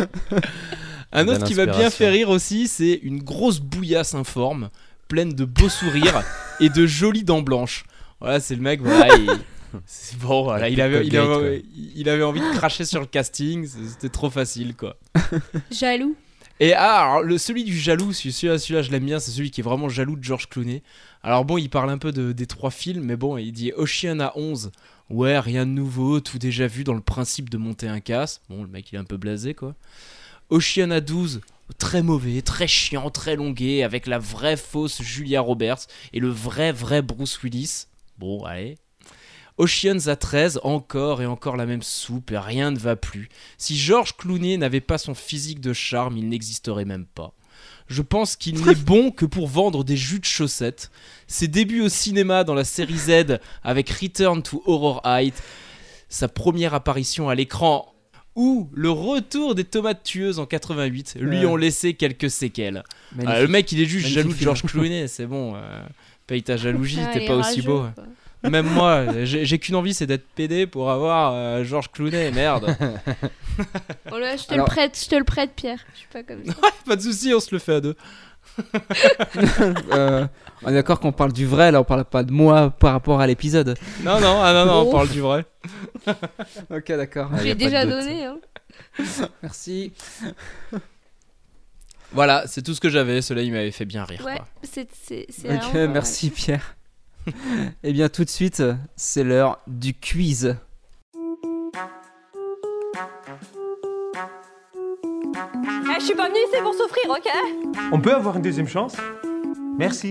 Un autre qui m'a bien fait rire aussi, c'est une grosse bouillasse informe, pleine de beaux sourires et de jolies dents blanches. Voilà, c'est le mec, voilà, c'est bon, voilà, il avait envie de cracher sur le casting, c'était trop facile, quoi. Jaloux. Et alors, celui du jaloux, celui-là je l'aime bien, c'est celui qui est vraiment jaloux de George Clooney. Alors bon, il parle un peu des 3 films, mais bon, il dit Ocean à 11. Ouais, rien de nouveau, tout déjà vu dans le principe de monter un casse. Bon, le mec il est un peu blasé, quoi. Ocean à 12, très mauvais, très chiant, très longué, avec la vraie fausse Julia Roberts et le vrai Bruce Willis. Bon, allez. Ocean's à 13, encore et encore la même soupe et rien ne va plus. Si George Clooney n'avait pas son physique de charme, il n'existerait même pas. Je pense qu'il n'est bon que pour vendre des jus de chaussettes. Ses débuts au cinéma dans la série Z avec Return to Horror Heights, sa première apparition à l'écran ou le retour des tomates tueuses en 88 lui ont laissé quelques séquelles. Le mec il est juste jaloux de George Clooney, c'est bon, paye ta jalousie, t'es pas aussi beau. Quoi. Même moi, j'ai qu'une envie, c'est d'être pédé pour avoir George Clooney, merde. Bon là, je te le prête, Pierre. Je suis pas comme ça. Ouais, pas de soucis, on se le fait à 2. On est d'accord qu'on parle du vrai, là, on parle pas de moi par rapport à l'épisode. Non, on parle du vrai. Ok, d'accord. J'ai déjà donné. Hein. Merci. Voilà, c'est tout ce que j'avais. Celui-là, il m'avait fait bien rire. Ouais, quoi. c'est ok, merci Pierre. Eh bien, tout de suite, c'est l'heure du quiz. Je suis pas venue ici pour souffrir, ok? On peut avoir une deuxième chance? Merci.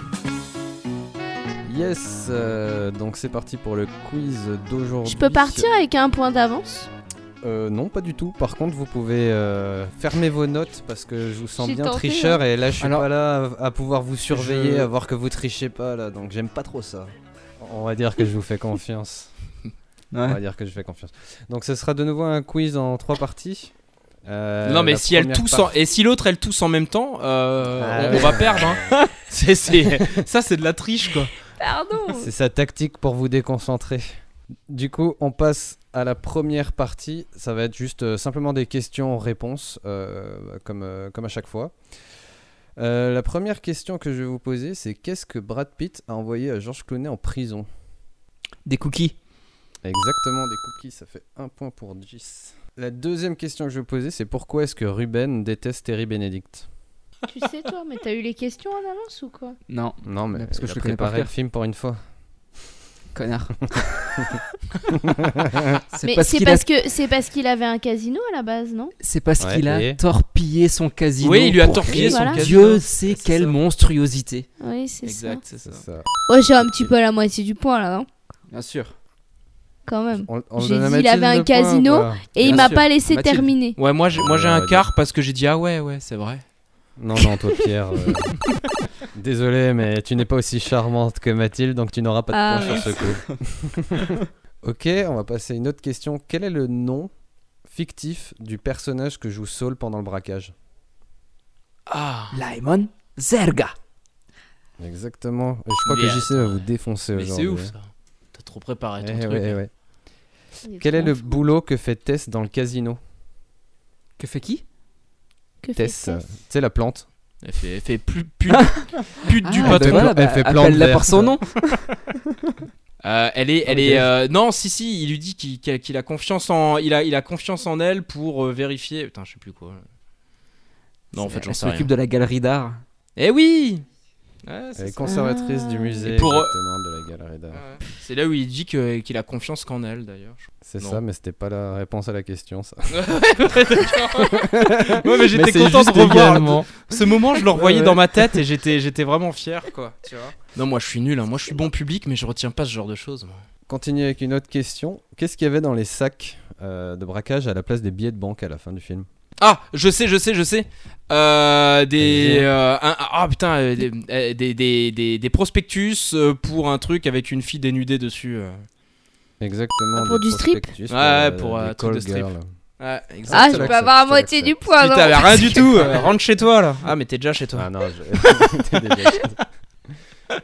Yes, donc c'est parti pour le quiz d'aujourd'hui. Je peux partir avec un point d'avance? Non, pas du tout. Par contre, vous pouvez fermer vos notes parce que je vous sens J'ai bien tenté, tricheur hein. et là je suis pas là à pouvoir vous surveiller, à voir que vous trichez pas là, donc j'aime pas trop ça. On va dire que je vous fais confiance. On va dire que je fais confiance. Donc ce sera de nouveau un quiz en 3 parties. Non mais si elle tousse et si l'autre elle tousse en même temps, on va perdre. Hein. Ça c'est de la triche quoi. Pardon. C'est sa tactique pour vous déconcentrer. Du coup, on passe à la première partie. Ça va être juste simplement des questions-réponses, comme à chaque fois. La première question que je vais vous poser, c'est qu'est-ce que Brad Pitt a envoyé à George Clooney en prison? Des cookies. Exactement, des cookies, ça fait 1 point pour Gis. La deuxième question que je vais vous poser, c'est pourquoi est-ce que Ruben déteste Terry Benedict? Tu sais toi, mais t'as eu les questions en avance ou quoi? Non. Non, mais parce que il je a le connais pas. préparé le film pour une fois. Connard. Mais c'est parce qu'il avait un casino à la base, non? C'est parce qu'il a et torpillé son casino. Oui, il lui a pour torpillé créer son casino. Dieu sait C'est quelle ça. monstruosité. Oui, c'est ça. Exact, c'est ça. Ouais, j'ai un petit peu la moitié du point là, non? Bien sûr. Quand même. On J'ai donne à dit il Mathilde avait un le point, casino ou pas? et il Bien m'a sûr. pas laissé Mathilde. terminer. Ouais, moi j'ai un quart parce que j'ai dit ah ouais, c'est vrai. Non, toi Pierre, désolé, mais tu n'es pas aussi charmante que Mathilde, donc tu n'auras pas de point sur ce coup. Ok, on va passer à une autre question. Quel est le nom fictif du personnage que joue Saul pendant le braquage? Ah. Laimon Zerga. Exactement. Et je crois que JC va vous défoncer Mais aujourd'hui. c'est ouf ça. T'as trop préparé ton truc. Ouais. Quel est le boulot que fait Tess dans le casino? Que fait qui? Que fait Tess, tu sais la plante. Elle fait pute du Ah, patron. voilà, elle fait plante appelle-la par verte. son nom. Elle est non si il lui dit qu'il a confiance en il a confiance en elle pour vérifier. Putain, je sais plus quoi. Non, en fait, j'en Elle sais rien. s'occupe de la galerie d'art. Eh oui. Ouais, Elle est conservatrice du musée Et pour- exactement, de la galerie d'art. Ouais. C'est là où il dit qu'il a confiance qu'en elle d'ailleurs. C'est Non. ça, mais c'était pas la réponse à la question, ça. Ouais, mais j'étais c'est content de juste revoir également. ce moment, je le revoyais Ouais. dans ma tête et j'étais vraiment fier quoi, tu vois. Non, moi je suis nul, hein. Moi je suis bon public mais je retiens pas ce genre de choses. Moi. Continue avec une autre question. Qu'est-ce qu'il y avait dans les sacs de braquage à la place des billets de banque à la fin du film? Ah, je sais. Des prospectus pour un truc avec une fille dénudée dessus. Exactement. Pour des du strip? prospectus Ouais, des pour call truc de strip. girls. Ouais, Ah, exact. je peux avoir la moitié du point, non? Putain, mais rien du tout. Rentre chez toi là. Ah, mais t'es déjà chez toi. Ah non, t'es déjà chez toi.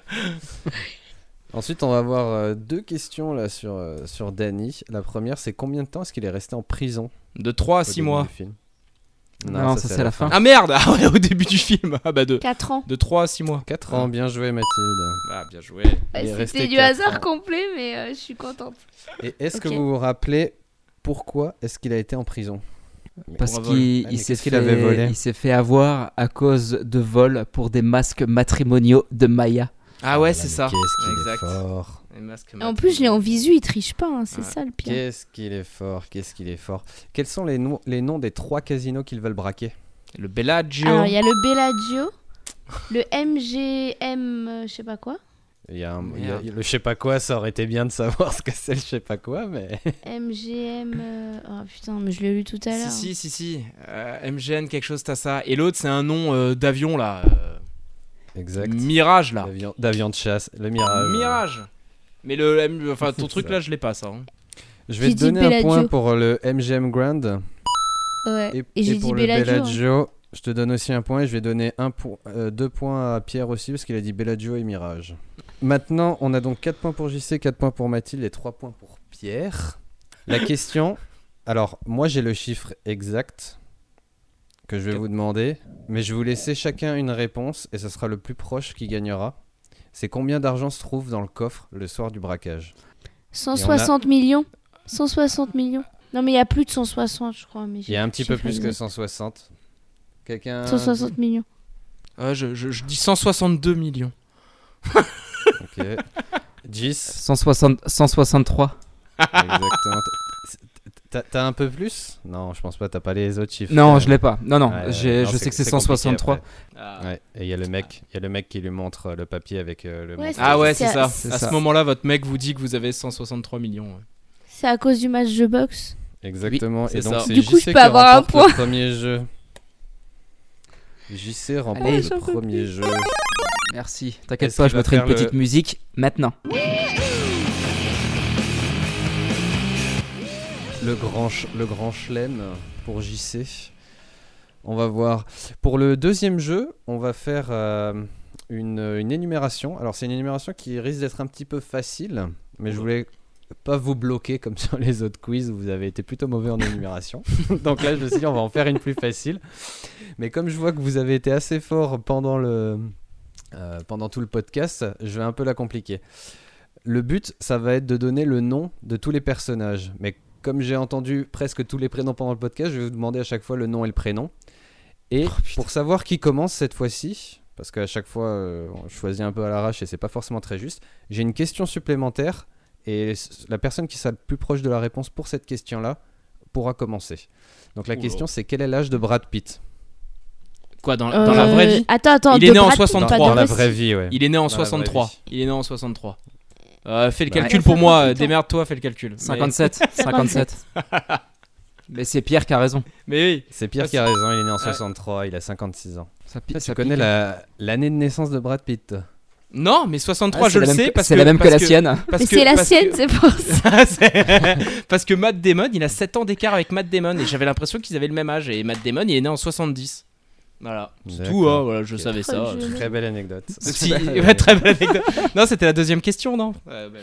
Ensuite, on va avoir 2 questions là sur Danny. La première, c'est combien de temps est-ce qu'il est resté en prison? De 3 à au 6 début mois. du film? Non, ça, c'est à la fin. Ah merde. Ah ouais, au début du film. Ah bah 4 ans. de 3 à 6 mois. 4 ans, bien joué Mathilde. Ah, bien joué. Il est resté C'était du 4 hasard ans. complet, mais je suis contente. Et est-ce que Ok. vous vous rappelez pourquoi est-ce qu'il a été en prison? Parce Pour un vol. qu'il Ah, mais il s'est qu'est-ce qu'il avait volé? il s'est fait avoir à cause de vols pour des masques matrimoniaux de Maya. Ah ouais, Voilà, c'est mais ça. Qu'est-ce qu'il est Exact. fort. Les masques Et en plus, je l'ai en visu, il triche pas, hein, c'est Ouais. ça le pire. Qu'est-ce qu'il est fort. Qu'est-ce qu'il est fort. Quels sont les noms des 3 casinos qu'ils veulent braquer? Le Bellagio. Alors, il y a le Bellagio, le MGM, je sais pas quoi. Il y a Merde. le je sais pas quoi, ça aurait été bien de savoir ce que c'est le je sais pas quoi, mais... MGM. Oh putain, mais je l'ai lu tout à l'heure. Si. MGN, quelque chose, t'as ça. Et l'autre, c'est un nom d'avion là. Exact. Mirage là. D'avion de chasse, le Mirage. Mirage. Mais enfin, ton C'est truc ça. là, je l'ai pas ça. Hein. Je vais J'ai te dit donner un Bellagio. point pour le MGM Grand. Ouais. Et j'ai dit pour le Bellagio. Bellagio, je te donne aussi un point et je vais donner 2 points à Pierre aussi parce qu'il a dit Bellagio et Mirage. Maintenant, on a donc 4 points pour JC, 4 points pour Mathilde et 3 points pour Pierre. La question, alors moi j'ai le chiffre exact que je vais vous demander, mais je vais vous laisser chacun une réponse et ce sera le plus proche qui gagnera. C'est combien d'argent se trouve dans le coffre le soir du braquage? 160 millions. 160 millions. Non, mais il y a plus de 160, je crois. Mais Il y a un petit peu plus que 160. Quelqu'un 160 millions. Je dis 162 millions. Ok. Gis. 163. Exactement. T'as un peu plus? Non, je pense pas, t'as pas les autres chiffres. Non, je l'ai pas. Non, Ouais, je sais que c'est 163. Ouais, et il y a le mec qui lui montre le papier avec le Ouais, montant. Ah ouais, c'est ça. c'est À ça. ce moment-là, votre mec vous dit que vous avez 163 millions. Ouais. C'est à cause du match de boxe. Exactement. Oui, et c'est donc ça. c'est Du coup, JC je peux qui avoir un remporte point. le premier jeu. JC remporte Allez, le premier jeu. Merci. T'inquiète Est-ce pas, qu'il je va mettrai une faire le- petite musique maintenant. Le grand chelem pour JC. On va voir. Pour le deuxième jeu, on va faire une énumération. Alors c'est une énumération qui risque d'être un petit peu facile, mais je voulais pas vous bloquer comme sur les autres quiz où vous avez été plutôt mauvais en énumération. Donc là je me suis dit on va en faire une plus facile. Mais comme je vois que vous avez été assez fort pendant tout le podcast, je vais un peu la compliquer. Le but, ça va être de donner le nom de tous les personnages. Mais comme j'ai entendu presque tous les prénoms pendant le podcast, je vais vous demander à chaque fois le nom et le prénom. Et pour savoir qui commence cette fois-ci, parce qu'à chaque fois, on choisit un peu à l'arrache et c'est pas forcément très juste, j'ai une question supplémentaire et la personne qui sera le plus proche de la réponse pour cette question-là pourra commencer. Donc la question, c'est quel est l'âge de Brad Pitt? Quoi, dans la vraie vie? Attends, il est de né en Brad Pitt, 63. pas de Dans la Russie. vraie vie, ouais. Il est né en Dans la vraie 63. vie. Il est né en 63. Fais le Bah, calcul ouais. pour moi, 58 ans. démerde-toi, fais le calcul. 57. 57. Mais c'est Pierre qui a raison. Mais oui. C'est Pierre qui a raison, il est né en 63, il a 56 ans. Ça Tu connais l'année de naissance de Brad Pitt? Non, mais 63, Ah, je c'est le la même sais que- parce c'est que la même que la sienne. Mais c'est la sienne, c'est pour ça. Parce que Matt Damon, il a 7 ans d'écart avec Matt Damon et j'avais l'impression qu'ils avaient le même âge. Et Matt Damon, il est né en 70. Voilà, c'est tout, hein, voilà, je savais ça. Oh, je- Très belle anecdote. Si, ouais, très belle anecdote. Non, c'était la deuxième question, non?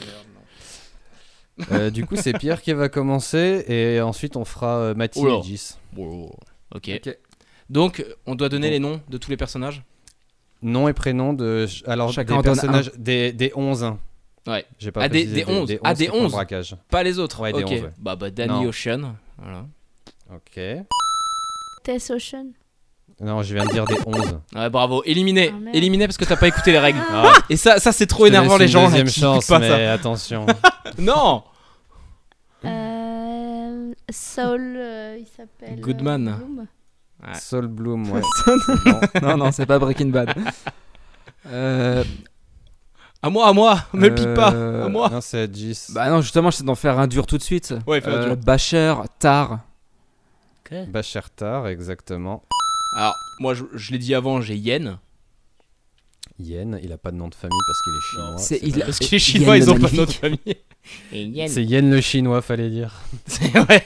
Du coup, c'est Pierre qui va commencer et ensuite on fera Mathilde Oula. et Gis. Ok. Donc, on doit donner les noms de tous les personnages? Nom et prénom de alors Chacun des en donne personnages des 11. Hein. Ouais. J'ai pas Ah, des précisé, 11. des Ah, des qui font le 11. braquage. Pas les autres. Ouais, des ok. 11, ouais. Bah, Danny Non. Ocean. Voilà. Ok. Tess Ocean. Non, je viens de dire des 11. Ouais, bravo. Éliminé. Ah, merde. Éliminé parce que t'as pas écouté les règles. Ah. Et ça c'est trop Je te énervant laisse les une gens. là, deuxième qui chance, écoutent pas mais ça. attention. Non. Saul, il s'appelle. Goodman. Bloom. Ouais. Saul Bloom, ouais. non, c'est pas Breaking Bad. À moi. Me pique pas. À moi. Non, c'est Gis. Bah non, justement, j'essaie d'en faire un dur tout de suite. Ouais, fais un dur. Bacher, Tar. Bachar Tar, exactement. Alors, moi je l'ai dit avant, j'ai Yen. Yen, il a pas de nom de famille parce qu'il est chinois. C'est- c'est il pas- a- Parce que les Chinois, Yen ils le ont pas de nom de magnifique. famille. Et Yen. C'est Yen le chinois, fallait dire. Ouais.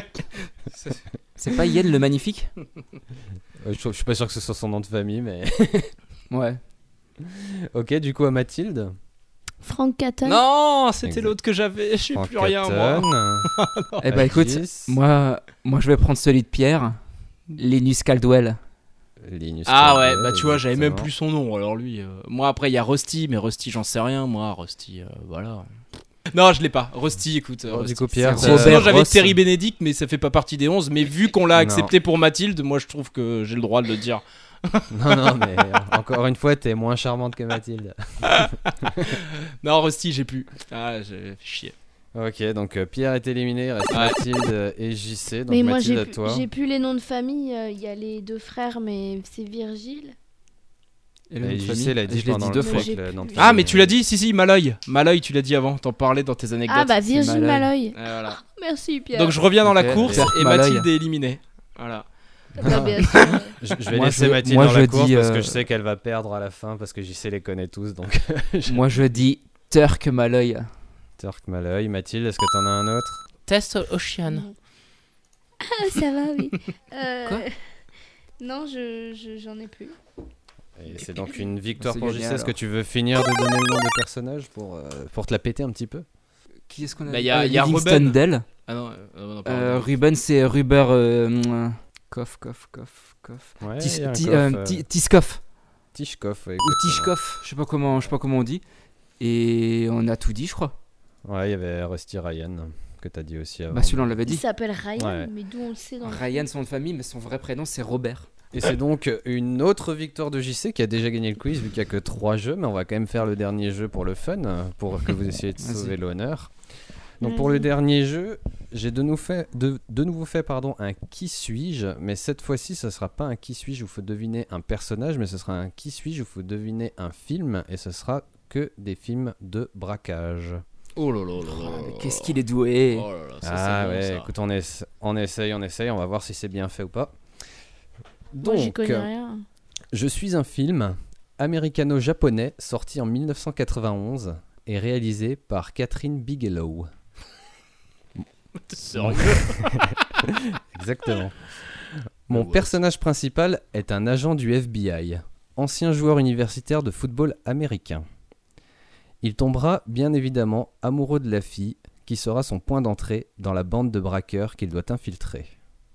C'est pas Yen le magnifique? Je suis pas sûr que ce soit son nom de famille, mais. Ouais. Ok, du coup à Mathilde. Frank Catton. Non, c'était Exact. l'autre que j'avais. Je sais Frank plus rien, moi. Catton. Eh bah écoute, Gis. moi je vais prendre celui de Pierre. Linus Caldwell. Linus Ah ouais, Caldwell, bah tu vois, j'avais même exactement. plus son nom. Alors lui, moi après il y a Rusty, mais Rusty j'en sais rien. Moi, Rusty, voilà. Non, je l'ai pas. Rusty, écoute. Bon, Rusty. du coup, Pierre, c'est t'as- Sinon, j'avais Ross. Terry Benedict, mais ça fait pas partie des 11. Mais vu qu'on l'a Non. accepté pour Mathilde, moi je trouve que j'ai le droit de le dire. Non, mais encore une fois, t'es moins charmante que Mathilde. Non, Rusty, j'ai plus. Ah, j'ai fait chier. Ok, donc Pierre est éliminé, il reste Ouais. Mathilde et JC. Donc Mais moi, Mathilde, à j'ai toi. plus les noms de famille. Il y a les deux frères, mais c'est Virgile. Et le nom Et de JC famille, l'a dit je l'ai pendant dit le deux fois. j'ai le nom de plus. famille. Ah, mais tu l'as dit, si, Maloy. Maloy, tu l'as dit avant, t'en parlais dans tes anecdotes. Ah bah Virgile Malloy. Malloy. Et voilà. Merci Pierre. Donc je reviens dans la Ok, course Pierre et Maloy. Mathilde est éliminée. Voilà. Bah, bien sûr. Je vais Moi, laisser je- Mathilde moi, dans la je course dis, parce que je sais qu'elle va perdre à la fin parce que JC les connaît tous. Donc Moi je dis Turk Malloy. Turk Malloy. Mathilde, est-ce que t'en as un autre? Test Ocean. Ah, ça va, oui. Quoi Non, j'en ai plus. Et c'est donc une victoire C'est pour gagné, JC. Est-ce que alors. tu veux finir de donner le nom de personnage pour te la péter un petit peu? Qui est-ce qu'on a Bah, dit y a Livingston Ruben. Dell. Ah non, non, pardon. Ruben c'est Ruber. Koff. Ouais, Tis- y a un Ti- coffre, Tiskov. Tishkov, ouais, Ou exactement. Tishkov. Je sais pas comment on dit. Et on a tout dit, je crois. Ouais, il y avait Rusty Ryan que t'as dit aussi avant. Bah celui-là on l'avait Il dit. s'appelle Ryan, Ouais. mais d'où on le sait dans le Ryan son nom de famille, mais son vrai prénom c'est Robert. Et c'est donc une autre victoire de JC qui a déjà gagné le quiz vu qu'il n'y a que 3 jeux, mais on va quand même faire le dernier jeu pour le fun, pour que vous essayiez de sauver l'honneur. Donc pour le dernier jeu, j'ai de nouveau fait un qui suis-je, mais cette fois-ci ce sera pas un qui suis-je où il faut deviner un personnage, mais ce sera un qui suis-je où il faut deviner un film, et ce sera que des films de braquage. Oh là là là là. Qu'est-ce qu'il est doué. Oh là là, ça, c'est bon, ça. Écoute, on essaye, on va voir si c'est bien fait ou pas. Moi, j'y Donc, connais rien. je suis un film américano-japonais sorti en 1991 et réalisé par Catherine Bigelow. T'es sérieux? Exactement. Mon personnage principal est un agent du FBI, ancien joueur universitaire de football américain. Il tombera bien évidemment amoureux de la fille qui sera son point d'entrée dans la bande de braqueurs qu'il doit infiltrer.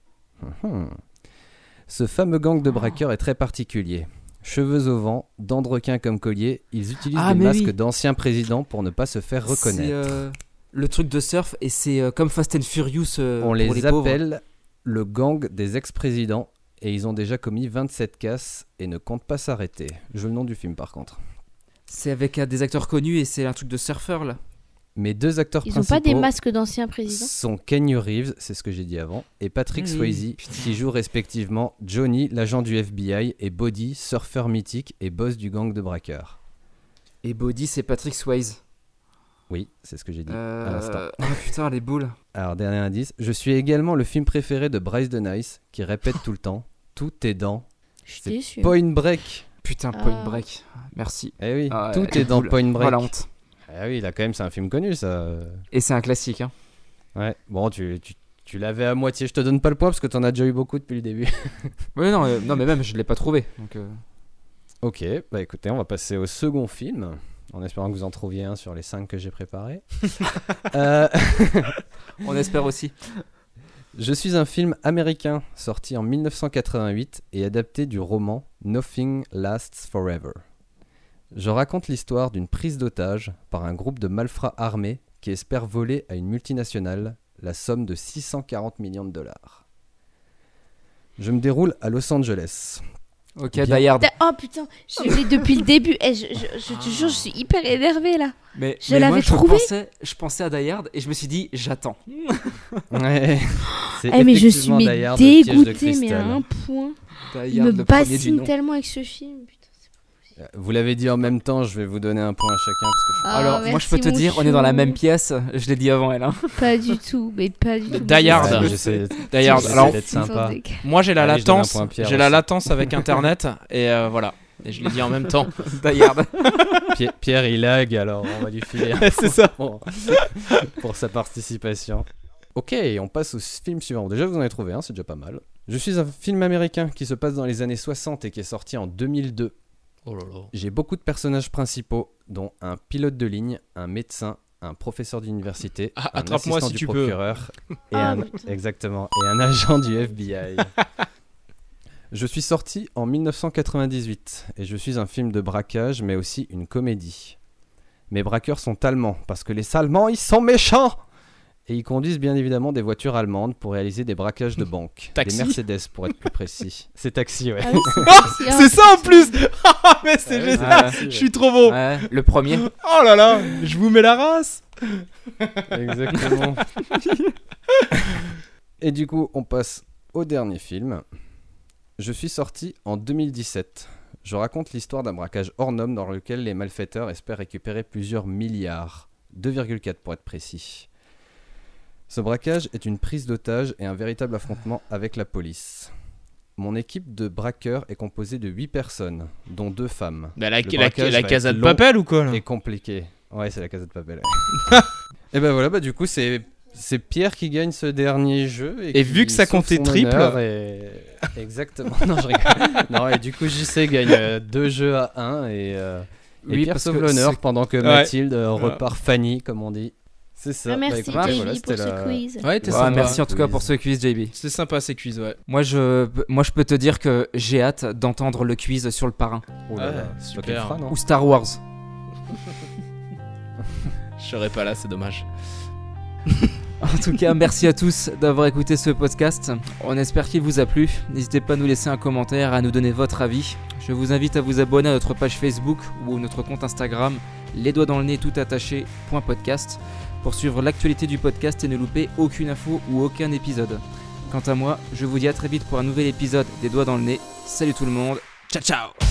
Ce fameux gang de braqueurs est très particulier. Cheveux au vent, dents de requin comme collier, ils utilisent des masques d'anciens présidents pour ne pas se faire reconnaître. C'est le truc de surf et c'est comme Fast and Furious On pour les les pauvres. appelle le gang des ex-présidents et ils ont déjà commis 27 casses et ne comptent pas s'arrêter. Je veux le nom du film par contre. C'est avec des acteurs connus et c'est un truc de surfeur là. Mes 2 acteurs Ils principaux ont pas des masques d'anciens présidents? sont Keanu Reeves, c'est ce que j'ai dit avant, et Patrick Swayze, qui jouent respectivement Johnny, l'agent du FBI, et Bodhi, surfeur mythique et boss du gang de braqueurs. Et Bodhi, c'est Patrick Swayze. Oui, c'est ce que j'ai dit à l'instant. Oh putain, les boules. Alors, dernier indice, je suis également le film préféré de Bryce de Nice, qui répète tout le temps, tout est dans Point Break. Putain, Point Break. Merci. Eh oui, Ah ouais, tout est dans cool. Point Break. Oh la honte. Ah oui, là quand même, c'est un film connu ça. Et c'est un classique, hein. Ouais, bon, tu l'avais à moitié. Je te donne pas le point parce que t'en as déjà eu beaucoup depuis le début. Oui, non, mais même je l'ai pas trouvé. Donc, Ok, bah écoutez, on va passer au second film, en espérant que vous en trouviez un sur les 5 que j'ai préparés. On espère aussi. Je suis un film américain sorti en 1988 et adapté du roman Nothing Lasts Forever. Je raconte l'histoire d'une prise d'otage par un groupe de malfrats armés qui espère voler à une multinationale la somme de 640 millions de dollars. Je me déroule à Los Angeles. Ok, Die Hard. Oh putain, je l'ai depuis le début. Je te jure, je suis hyper énervée là. Mais l'avais moi, trouvé. Je pensais à Die Hard et je me suis dit, j'attends. Ouais. Eh mais je suis Die Hard, le piège de dégoûtée, mais à cristal. un point. Die Il Hard, me le premier du bassine nom. tellement avec ce film. Putain. Vous l'avez dit en même temps, je vais vous donner un point à chacun parce que je suis... Ah, Alors, moi, je peux te merci, dire, mon on est dans la chou. même pièce. Je l'ai dit avant elle. Hein. Pas du tout, mais pas du tout. Die Hard. Ouais, j'essaie Alors, d'être sympa. Moi j'ai la Allez, je donne un latence, point à Pierre j'ai la aussi. latence avec internet et voilà. Et je l'ai dit en même temps. Die Hard. Pierre il lag, alors on va lui filer un C'est ça. pour sa participation. Ok, on passe au film suivant. Déjà vous en avez trouvé un, c'est déjà pas mal. Je suis un film américain qui se passe dans les années 60 et qui est sorti en 2002. Oh là là. J'ai beaucoup de personnages principaux, dont un pilote de ligne, un médecin, un professeur d'université, un attrape-moi assistant si du tu peux. procureur et Ah, un, putain. exactement, et un agent du FBI. Je suis sorti en 1998 et je suis un film de braquage mais aussi une comédie. Mes braqueurs sont allemands parce que les Allemands ils sont méchants et ils conduisent bien évidemment des voitures allemandes pour réaliser des braquages de banque. Taxi. Des Mercedes pour être plus précis. C'est taxi, ouais. Ah oui, c'est taxi, hein. C'est ça en plus. Ah mais c'est Ouais, génial. ouais. Je suis trop beau. Ouais, le premier. Oh là là, je vous mets la race. Exactement. Et du coup, on passe au dernier film. Je suis sorti en 2017. Je raconte l'histoire d'un braquage hors norme dans lequel les malfaiteurs espèrent récupérer plusieurs milliards. 2,4 pour être précis. Ce braquage est une prise d'otage et un véritable affrontement avec la police. Mon équipe de braqueurs est composée de 8 personnes, dont 2 femmes. Bah, la Le braquage va Casa être de long Papel ou quoi là? et compliqué. Ouais, c'est la Casa de Papel. Ouais. Et ben voilà, bah du coup c'est Pierre qui gagne ce dernier jeu. Et vu que ça sauve comptait son triple. honneur Exactement. Non, je rigole. Non, et du coup JC gagne 2 jeux à 1 et Oui, Pierre parce sauve que l'honneur c'est- pendant que Mathilde repart Fanny, comme on dit. C'est ça. Ah, merci écoutez, JB voilà, pour c'était ce la- quiz. Ouais, t'es Ouais, sympa. merci en tout cas quiz. pour ce quiz, JB. C'est sympa ces quiz, ouais. Moi, je peux te dire que j'ai hâte d'entendre le quiz sur le parrain. Oh là là, Ouais, c'est toi super. qui le feras, non Ou Star Wars. Je serai pas là, c'est dommage. En tout cas, merci à tous d'avoir écouté ce podcast. On espère qu'il vous a plu. N'hésitez pas à nous laisser un commentaire, à nous donner votre avis. Je vous invite à vous abonner à notre page Facebook ou à notre compte Instagram, les doigts dans le nez tout attaché .podcast, pour suivre l'actualité du podcast et ne louper aucune info ou aucun épisode. Quant à moi, je vous dis à très vite pour un nouvel épisode des doigts dans le nez. Salut tout le monde, ciao ciao.